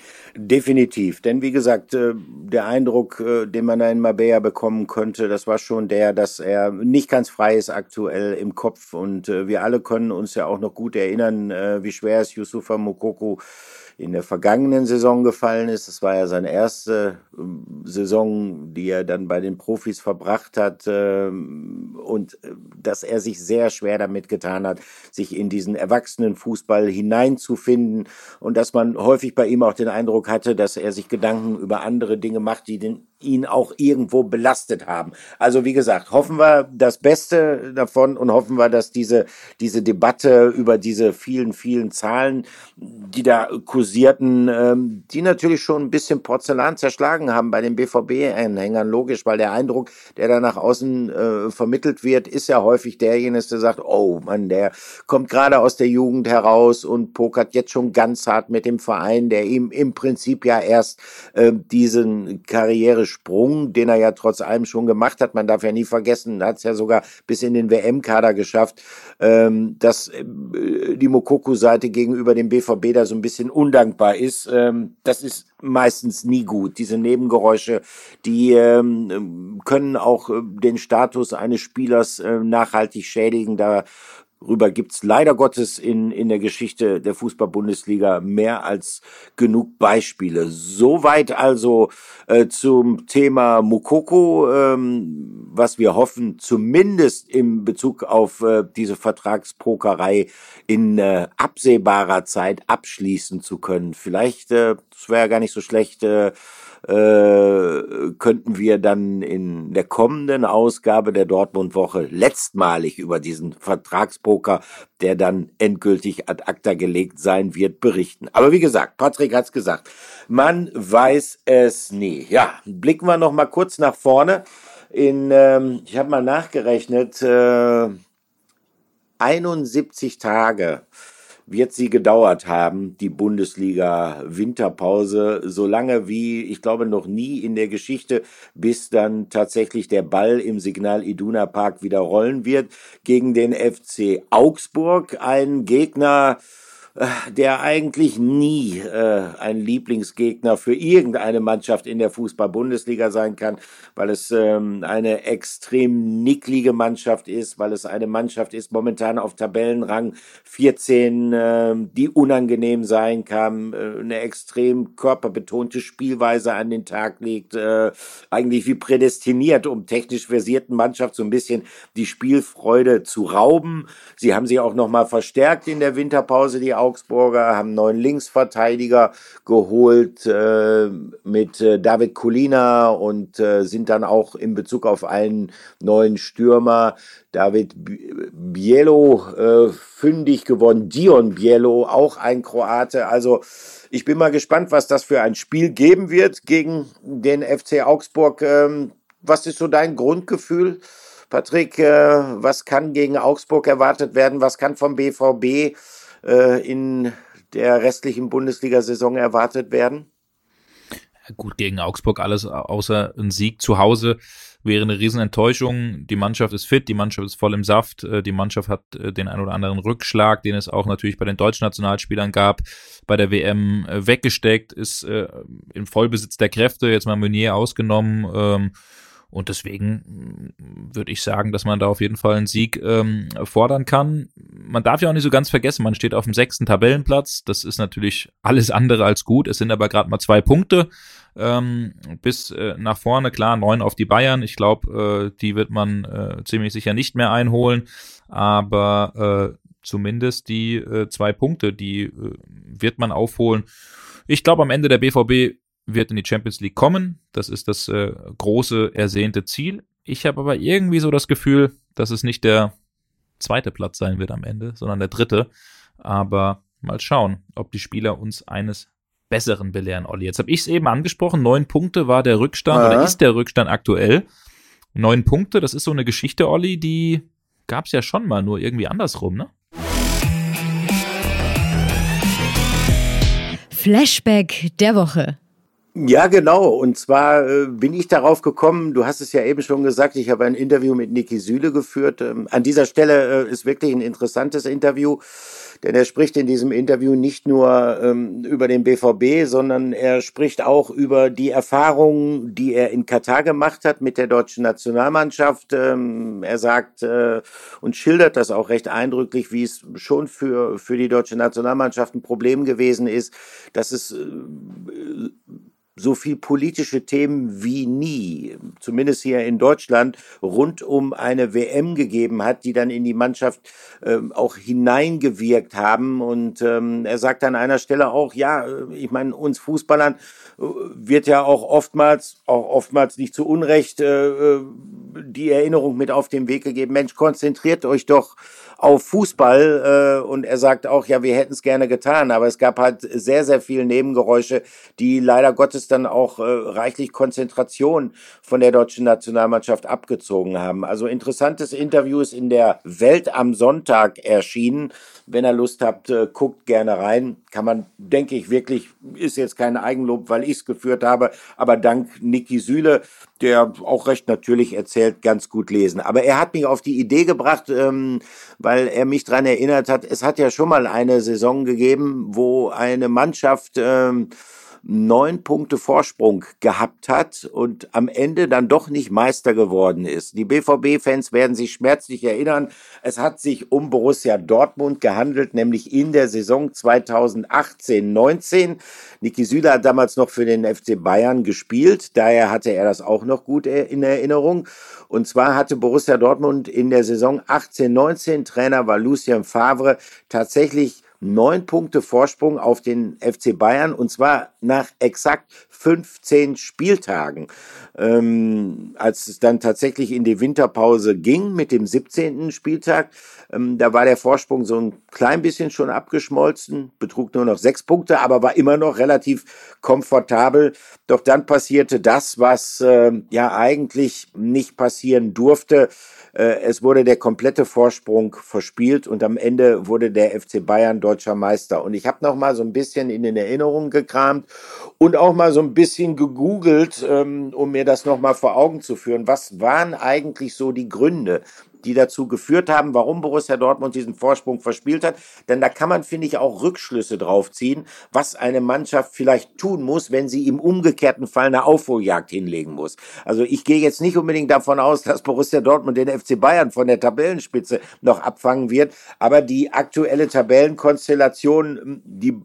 Definitiv, denn wie gesagt, äh, der Eindruck, äh, den man da in Marbella bekommen könnte, das war schon der, dass er nicht ganz frei ist aktuell im Kopf und äh, wir alle können uns ja auch noch gut erinnern, äh, wie schwer es Youssoufa Moukoko in der vergangenen Saison gefallen ist. Das war ja seine erste äh, Saison, die er dann bei den Profis verbracht hat äh, und äh, dass er sich sehr schwer damit getan hat, sich in diesen Erwachsenenfußball hineinzufinden und dass man häufig bei ihm auch den Eindruck hatte, dass er sich Gedanken über andere Dinge macht, die den, ihn auch irgendwo belastet haben. Also wie gesagt, hoffen wir das Beste davon und hoffen wir, dass diese, diese Debatte über diese vielen, vielen Zahlen, die da kursierten, ähm, die natürlich schon ein bisschen Porzellan zerschlagen haben bei den B V B-Anhängern, logisch, weil der Eindruck, der da nach außen äh, vermittelt wird, ist ja häufig derjenige, der sagt, oh Mann, der kommt gerade aus der Jugend heraus und pokert jetzt schon ganz hart mit dem Verein, der ihm im Prinzip ja erst äh, diesen Karrieresprung, den er ja trotz allem schon gemacht hat, man darf ja nie vergessen, hat es ja sogar bis in den W M-Kader geschafft, ähm, dass äh, die Moukoko-Seite gegenüber dem B V B da so ein bisschen undankbar ist. Ähm, das ist meistens nie gut. Diese Nebengeräusche, die ähm, können auch äh, den Status eines Spielers äh, nachhaltig schädigen. Darüber gibt's leider Gottes in, in der Geschichte der Fußball-Bundesliga mehr als genug Beispiele. Soweit also äh, zum Thema Moukoko, ähm, was wir hoffen, zumindest in Bezug auf äh, diese Vertragspokerei in äh, absehbarer Zeit abschließen zu können. Vielleicht, äh, das wäre ja gar nicht so schlecht, äh, äh, könnten wir dann in der kommenden Ausgabe der Dortmund-Woche letztmalig über diesen Vertragspoker, der dann endgültig ad acta gelegt sein wird, berichten. Aber wie gesagt, Patrick hat's gesagt, man weiß es nie. Ja, blicken wir noch mal kurz nach vorne. In, ähm, ich habe mal nachgerechnet, äh, einundsiebzig Tage wird sie gedauert haben, die Bundesliga-Winterpause, so lange wie, ich glaube, noch nie in der Geschichte, bis dann tatsächlich der Ball im Signal Iduna Park wieder rollen wird gegen den F C Augsburg, ein Gegner, der eigentlich nie äh, ein Lieblingsgegner für irgendeine Mannschaft in der Fußball-Bundesliga sein kann, weil es ähm, eine extrem nicklige Mannschaft ist, weil es eine Mannschaft ist, momentan auf Tabellenrang vierzehn, äh, die unangenehm sein kann, äh, eine extrem körperbetonte Spielweise an den Tag legt, äh, eigentlich wie prädestiniert, um technisch versierten Mannschaft so ein bisschen die Spielfreude zu rauben. Sie haben sie auch nochmal verstärkt in der Winterpause, die Augsburger, haben einen neuen Linksverteidiger geholt äh, mit äh, David Kulina und äh, sind dann auch in Bezug auf einen neuen Stürmer, David Bielo, äh, fündig geworden. Dion Bielo, auch ein Kroate. Also ich bin mal gespannt, was das für ein Spiel geben wird gegen den F C Augsburg. Ähm, was ist so dein Grundgefühl, Patrick? Äh, was kann gegen Augsburg erwartet werden? Was kann vom B V B in der restlichen Bundesliga-Saison erwartet werden? Gut, gegen Augsburg alles außer ein Sieg zu Hause wäre eine Riesenenttäuschung. Die Mannschaft ist fit, die Mannschaft ist voll im Saft, die Mannschaft hat den ein oder anderen Rückschlag, den es auch natürlich bei den deutschen Nationalspielern gab, bei der W M weggesteckt, ist im Vollbesitz der Kräfte, jetzt mal Meunier ausgenommen, und deswegen würde ich sagen, dass man da auf jeden Fall einen Sieg ähm, fordern kann. Man darf ja auch nicht so ganz vergessen, man steht auf dem sechsten Tabellenplatz. Das ist natürlich alles andere als gut. Es sind aber gerade mal zwei Punkte ähm, bis äh, nach vorne. Klar, neun auf die Bayern. Ich glaube, äh, die wird man äh, ziemlich sicher nicht mehr einholen. Aber äh, zumindest die äh, zwei Punkte, die äh, wird man aufholen. Ich glaube, am Ende der B V B wird in die Champions League kommen. Das ist das äh, große, ersehnte Ziel. Ich habe aber irgendwie so das Gefühl, dass es nicht der zweite Platz sein wird am Ende, sondern der dritte. Aber mal schauen, ob die Spieler uns eines Besseren belehren, Olli. Jetzt habe ich es eben angesprochen, neun Punkte war der Rückstand, ja. Oder ist der Rückstand aktuell. Neun Punkte, das ist so eine Geschichte, Olli, die gab es ja schon mal, nur irgendwie andersrum, ne? Flashback der Woche. Ja, genau. Und zwar äh, bin ich darauf gekommen, du hast es ja eben schon gesagt, ich habe ein Interview mit Niki Süle geführt. Ähm, an dieser Stelle äh, ist wirklich ein interessantes Interview. denn er spricht in diesem Interview nicht nur ähm, über den B V B, sondern er spricht auch über die Erfahrungen, die er in Katar gemacht hat mit der deutschen Nationalmannschaft. Ähm, er sagt äh, und schildert das auch recht eindrücklich, wie es schon für, für die deutsche Nationalmannschaft ein Problem gewesen ist, dass es äh, so viel politische Themen wie nie, zumindest hier in Deutschland, rund um eine W M gegeben hat, die dann in die Mannschaft äh, auch hineingewirkt haben. Und ähm, er sagt an einer Stelle auch, ja, ich meine, uns Fußballern äh, wird ja auch oftmals, auch oftmals nicht zu Unrecht, äh, die Erinnerung mit auf den Weg gegeben, Mensch, konzentriert euch doch auf Fußball, äh, und er sagt auch, ja, wir hätten es gerne getan, aber es gab halt sehr, sehr viele Nebengeräusche, die leider Gottes dann auch äh, reichlich Konzentration von der deutschen Nationalmannschaft abgezogen haben. Also interessantes Interview ist in der Welt am Sonntag erschienen. Wenn ihr Lust habt, äh, guckt gerne rein. Kann man, denke ich, wirklich, ist jetzt kein Eigenlob, weil ich es geführt habe, aber dank Niki Süle, der auch recht natürlich erzählt, ganz gut lesen. Aber er hat mich auf die Idee gebracht, ähm, weil er mich daran erinnert hat, es hat ja schon mal eine Saison gegeben, wo eine Mannschaft ähm, neun Punkte Vorsprung gehabt hat und am Ende dann doch nicht Meister geworden ist. Die B V B-Fans werden sich schmerzlich erinnern, es hat sich um Borussia Dortmund gehandelt, nämlich in der Saison zweitausendachtzehn neunzehn. Niki Süle hat damals noch für den F C Bayern gespielt, daher hatte er das auch noch gut in Erinnerung. Und zwar hatte Borussia Dortmund in der Saison achtzehn neunzehn, Trainer war Lucien Favre, tatsächlich neun Punkte Vorsprung auf den F C Bayern und zwar nach exakt fünfzehn Spieltagen. Ähm, als es dann tatsächlich in die Winterpause ging mit dem siebzehnten Spieltag, ähm, da war der Vorsprung so ein klein bisschen schon abgeschmolzen, betrug nur noch sechs Punkte, aber war immer noch relativ komfortabel. Doch dann passierte das, was äh, ja eigentlich nicht passieren durfte. Es wurde der komplette Vorsprung verspielt und am Ende wurde der F C Bayern deutscher Meister. Und ich habe noch mal so ein bisschen in den Erinnerungen gekramt und auch mal so ein bisschen gegoogelt, um mir das noch mal vor Augen zu führen. Was waren eigentlich so die Gründe, die dazu geführt haben, warum Borussia Dortmund diesen Vorsprung verspielt hat? Denn da kann man, finde ich, auch Rückschlüsse drauf ziehen, was eine Mannschaft vielleicht tun muss, wenn sie im umgekehrten Fall eine Aufholjagd hinlegen muss. Also ich gehe jetzt nicht unbedingt davon aus, dass Borussia Dortmund den F C Bayern von der Tabellenspitze noch abfangen wird, aber die aktuelle Tabellenkonstellation, die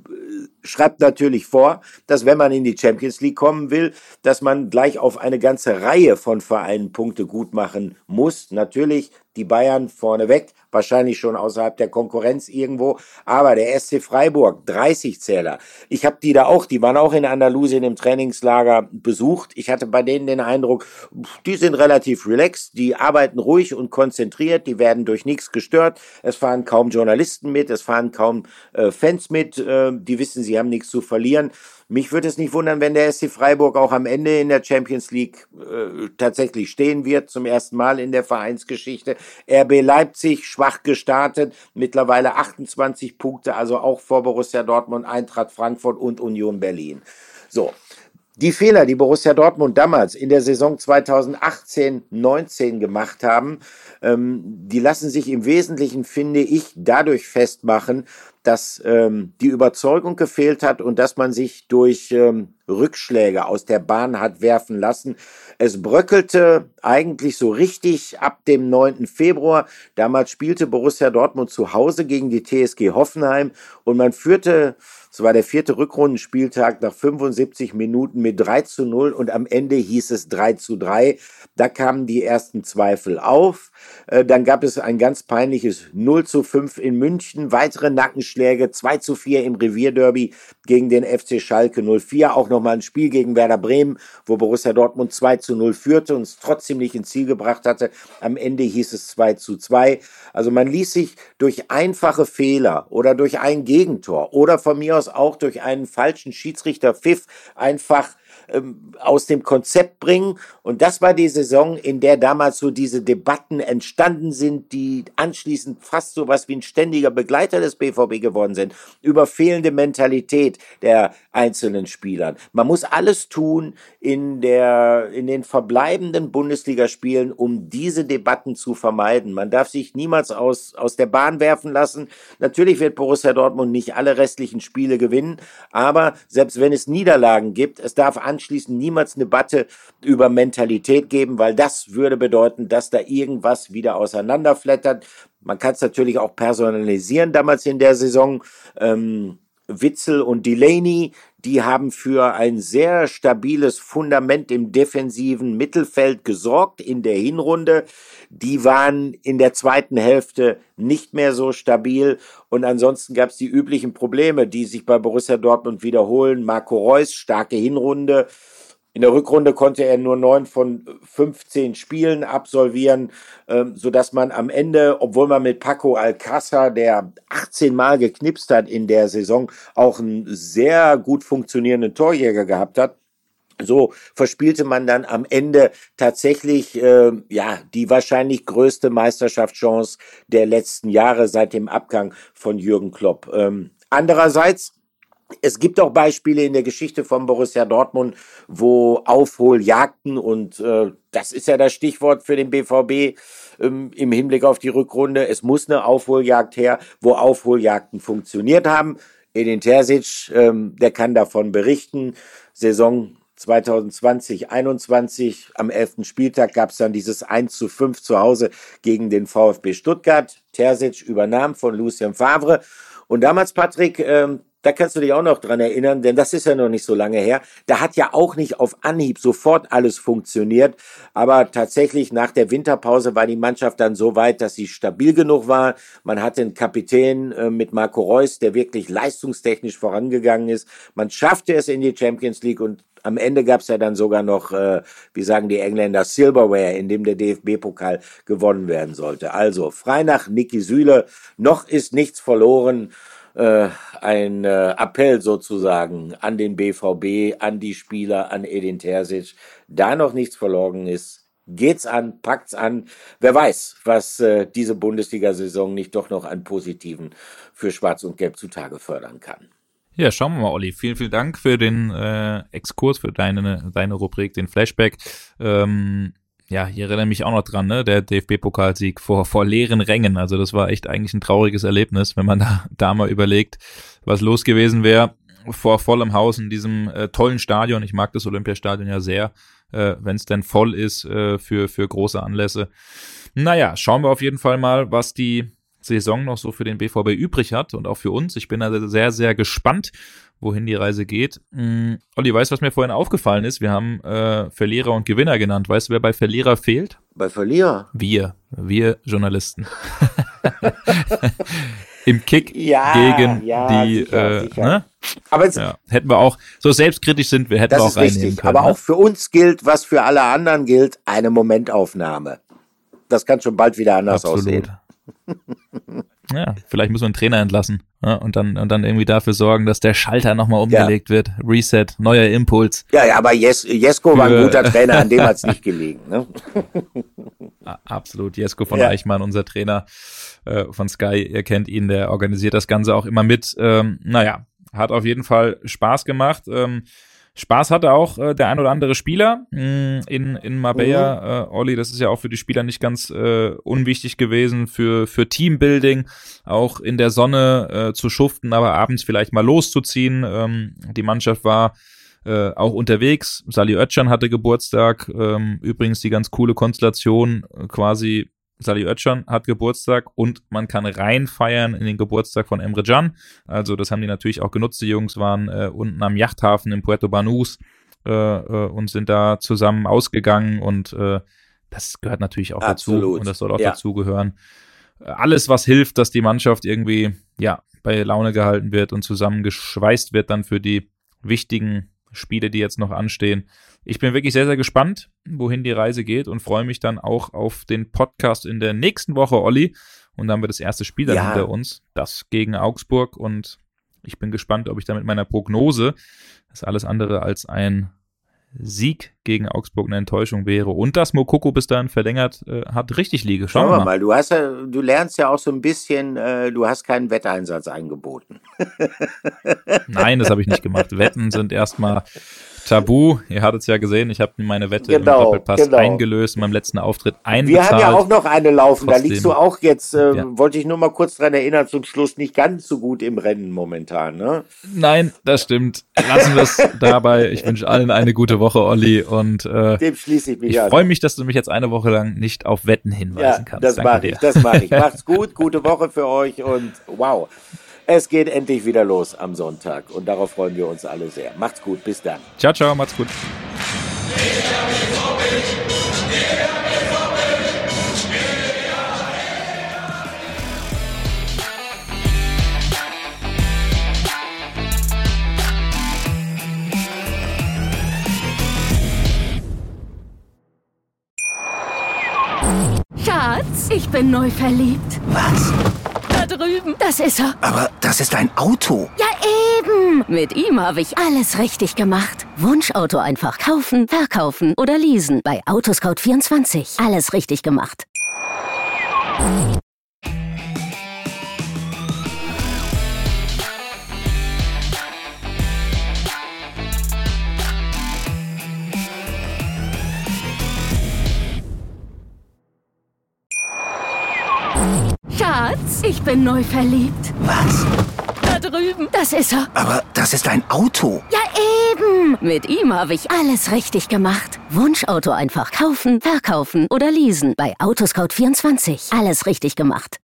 schreibt natürlich vor, dass wenn man in die Champions League kommen will, dass man gleich auf eine ganze Reihe von Vereinen Punkte gut machen muss. Natürlich die Bayern vorneweg, wahrscheinlich schon außerhalb der Konkurrenz irgendwo, aber der S C Freiburg, dreißig Zähler. Ich habe die da auch, die waren auch in Andalusien im Trainingslager besucht. Ich hatte bei denen den Eindruck, die sind relativ relaxed, die arbeiten ruhig und konzentriert, die werden durch nichts gestört. Es fahren kaum Journalisten mit, es fahren kaum äh, Fans mit, äh, die wissen, sie haben nichts zu verlieren. Mich würde es nicht wundern, wenn der S C Freiburg auch am Ende in der Champions League äh, tatsächlich stehen wird, zum ersten Mal in der Vereinsgeschichte. R B Leipzig, schwach gestartet, mittlerweile achtundzwanzig Punkte, also auch vor Borussia Dortmund, Eintracht Frankfurt und Union Berlin. So. Die Fehler, die Borussia Dortmund damals in der Saison zweitausendachtzehn neunzehn gemacht haben, ähm, die lassen sich im Wesentlichen, finde ich, dadurch festmachen, dass ähm, die Überzeugung gefehlt hat und dass man sich durch ähm, Rückschläge aus der Bahn hat werfen lassen. Es bröckelte eigentlich so richtig ab dem neunten Februar. Damals spielte Borussia Dortmund zu Hause gegen die T S G Hoffenheim und man führte, es war der vierte Rückrundenspieltag, nach fünfundsiebzig Minuten mit drei zu null und am Ende hieß es drei zu drei. Da kamen die ersten Zweifel auf. Äh, dann gab es ein ganz peinliches null zu fünf in München, weitere Nackenschläge, zwei zu vier im Revierderby gegen den F C Schalke null vier, auch nochmal ein Spiel gegen Werder Bremen, wo Borussia Dortmund zwei zu null führte und es trotzdem nicht ins Ziel gebracht hatte. Am Ende hieß es zwei zu zwei. Also man ließ sich durch einfache Fehler oder durch ein Gegentor oder von mir aus auch durch einen falschen Schiedsrichterpfiff einfach ähm, aus dem Konzept bringen. Und das war die Saison, in der damals so diese Debatten entstanden sind, die anschließend fast so was wie ein ständiger Begleiter des B V B geworden sind, über fehlende Mentalität der einzelnen Spielern. Man muss alles tun in der, in den verbleibenden Bundesligaspielen, um diese Debatten zu vermeiden. Man darf sich niemals aus, aus der Bahn werfen lassen. Natürlich wird Borussia Dortmund nicht alle restlichen Spiele gewinnen, aber selbst wenn es Niederlagen gibt, es darf anschließend niemals eine Debatte über Mentalität geben, weil das würde bedeuten, dass da irgendwas wieder auseinanderflattert. Man kann es natürlich auch personalisieren damals in der Saison. Ähm, Witzel und Delaney, die haben für ein sehr stabiles Fundament im defensiven Mittelfeld gesorgt in der Hinrunde. Die waren in der zweiten Hälfte nicht mehr so stabil und ansonsten gab es die üblichen Probleme, die sich bei Borussia Dortmund wiederholen. Marco Reus, starke Hinrunde. In der Rückrunde konnte er nur neun von fünfzehn Spielen absolvieren, ähm, sodass man am Ende, obwohl man mit Paco Alcázar, der achtzehn Mal geknipst hat in der Saison, auch einen sehr gut funktionierenden Torjäger gehabt hat, so verspielte man dann am Ende tatsächlich äh, ja die wahrscheinlich größte Meisterschaftschance der letzten Jahre seit dem Abgang von Jürgen Klopp. Ähm, andererseits, es gibt auch Beispiele in der Geschichte von Borussia Dortmund, wo Aufholjagden, und äh, das ist ja das Stichwort für den B V B ähm, im Hinblick auf die Rückrunde, es muss eine Aufholjagd her, wo Aufholjagden funktioniert haben. Edin Terzic, ähm, der kann davon berichten. Saison zwanzig zwanzig einundzwanzig, am elften Spieltag gab es dann dieses eins zu fünf zu Hause gegen den VfB Stuttgart. Terzic übernahm von Lucien Favre. Und damals, Patrick, ähm, da kannst du dich auch noch dran erinnern, denn das ist ja noch nicht so lange her. Da hat ja auch nicht auf Anhieb sofort alles funktioniert, aber tatsächlich nach der Winterpause war die Mannschaft dann so weit, dass sie stabil genug war. Man hatte einen Kapitän äh, mit Marco Reus, der wirklich leistungstechnisch vorangegangen ist. Man schaffte es in die Champions League und am Ende gab es ja dann sogar noch, äh, wie sagen die Engländer, Silverware, in dem der D F B-Pokal gewonnen werden sollte. Also frei nach Niki Süle, noch ist nichts verloren. Äh, ein äh, Appell sozusagen an den B V B, an die Spieler, an Edin Terzic. Da noch nichts verloren ist, geht's an, packt's an. Wer weiß, was äh, diese Bundesliga-Saison nicht doch noch an Positiven für Schwarz und Gelb zutage fördern kann. Ja, schauen wir mal, Olli. Vielen, vielen Dank für den äh, Exkurs, für deine, deine Rubrik, den Flashback. Ähm, ja, ich erinnere mich auch noch dran, ne? Der D F B-Pokalsieg vor, vor leeren Rängen. Also das war echt eigentlich ein trauriges Erlebnis, wenn man da, da mal überlegt, was los gewesen wäre vor vollem Haus in diesem äh, tollen Stadion. Ich mag das Olympiastadion ja sehr, äh, wenn es denn voll ist äh, für, für große Anlässe. Naja, schauen wir auf jeden Fall mal, was die Saison noch so für den B V B übrig hat und auch für uns. Ich bin also sehr, sehr gespannt, wohin die Reise geht. Mm, Olli, weißt du, was mir vorhin aufgefallen ist? Wir haben äh, Verlierer und Gewinner genannt. Weißt du, wer bei Verlierer fehlt? Bei Verlierer? Wir. Wir Journalisten. Im Kick ja, gegen ja, die, sicher, äh, sicher. Ne? Aber es, ja, hätten wir auch, so selbstkritisch sind wir, hätten das wir auch ist reinnehmen richtig. können. Aber ne? auch für uns gilt, was für alle anderen gilt, eine Momentaufnahme. Das kann schon bald wieder anders Absolut. aussehen. Ja, vielleicht müssen wir einen Trainer entlassen, ja, und dann und dann irgendwie dafür sorgen, dass der Schalter nochmal umgelegt ja. wird. Reset, neuer Impuls. Ja, ja, aber Jes- Jesko war ein guter Trainer, an dem hat es nicht gelegen. Ne? Absolut, Jesko von ja. Eichmann, unser Trainer äh, von Sky, ihr kennt ihn, der organisiert das Ganze auch immer mit. Ähm, naja, hat auf jeden Fall Spaß gemacht. Ähm, Spaß hatte auch äh, der ein oder andere Spieler mh, in, in Marbella. Mhm. Äh, Olli, das ist ja auch für die Spieler nicht ganz äh, unwichtig gewesen, für, für Teambuilding, auch in der Sonne äh, zu schuften, aber abends vielleicht mal loszuziehen. Ähm, die Mannschaft war äh, auch unterwegs. Sali Özcan hatte Geburtstag. Ähm, übrigens die ganz coole Konstellation, äh, quasi Sali Özcan hat Geburtstag und man kann rein feiern in den Geburtstag von Emre Can. Also das haben die natürlich auch genutzt. Die Jungs waren äh, unten am Yachthafen in Puerto Banús äh, äh, und sind da zusammen ausgegangen und äh, das gehört natürlich auch Absolut. dazu und das soll auch ja. dazugehören. Alles, was hilft, dass die Mannschaft irgendwie ja bei Laune gehalten wird und zusammengeschweißt wird dann für die wichtigen Spiele, die jetzt noch anstehen. Ich bin wirklich sehr, sehr gespannt, wohin die Reise geht und freue mich dann auch auf den Podcast in der nächsten Woche, Olli. Und dann haben wir das erste Spiel dann ja. hinter uns, das gegen Augsburg. Und ich bin gespannt, ob ich da mit meiner Prognose, das ist alles andere als ein Sieg gegen Augsburg eine Enttäuschung wäre und dass Moukoko bis dahin verlängert äh, hat, richtig liege. Schauen, Schauen wir mal. mal. Du hast ja, du lernst ja auch so ein bisschen, äh, du hast keinen Wetteinsatz angeboten. Nein, das habe ich nicht gemacht. Wetten sind erstmal tabu. Ihr hattet es ja gesehen, ich habe meine Wette genau, im Doppelpass genau. eingelöst, in meinem letzten Auftritt einbezahlt. Wir haben ja auch noch eine laufen, Trotzdem. Da liegst du auch jetzt, äh, ja. wollte ich nur mal kurz dran erinnern, zum Schluss nicht ganz so gut im Rennen momentan, ne? Nein, das stimmt. Lassen wir es dabei. Ich wünsche allen eine gute Woche, Olli, und äh, dem schließe ich mich ich an. Ich freue mich, dass du mich jetzt eine Woche lang nicht auf Wetten hinweisen ja, kannst. das Danke mache dir. ich, das mache ich. Macht's gut, gute Woche für euch und wow. Es geht endlich wieder los am Sonntag und darauf freuen wir uns alle sehr. Macht's gut, bis dann. Ciao, ciao, macht's gut. Schatz, ich bin neu verliebt. Was? Da drüben. Das ist er. Aber das ist ein Auto. Ja, eben. Mit ihm habe ich alles richtig gemacht. Wunschauto einfach kaufen, verkaufen oder leasen. Bei Autoscout vierundzwanzig. Alles richtig gemacht. Schatz, ich bin neu verliebt. Was? Da drüben. Das ist er. Aber das ist ein Auto. Ja, eben. Mit ihm habe ich alles richtig gemacht. Wunschauto einfach kaufen, verkaufen oder leasen. Bei Autoscout vierundzwanzig. Alles richtig gemacht.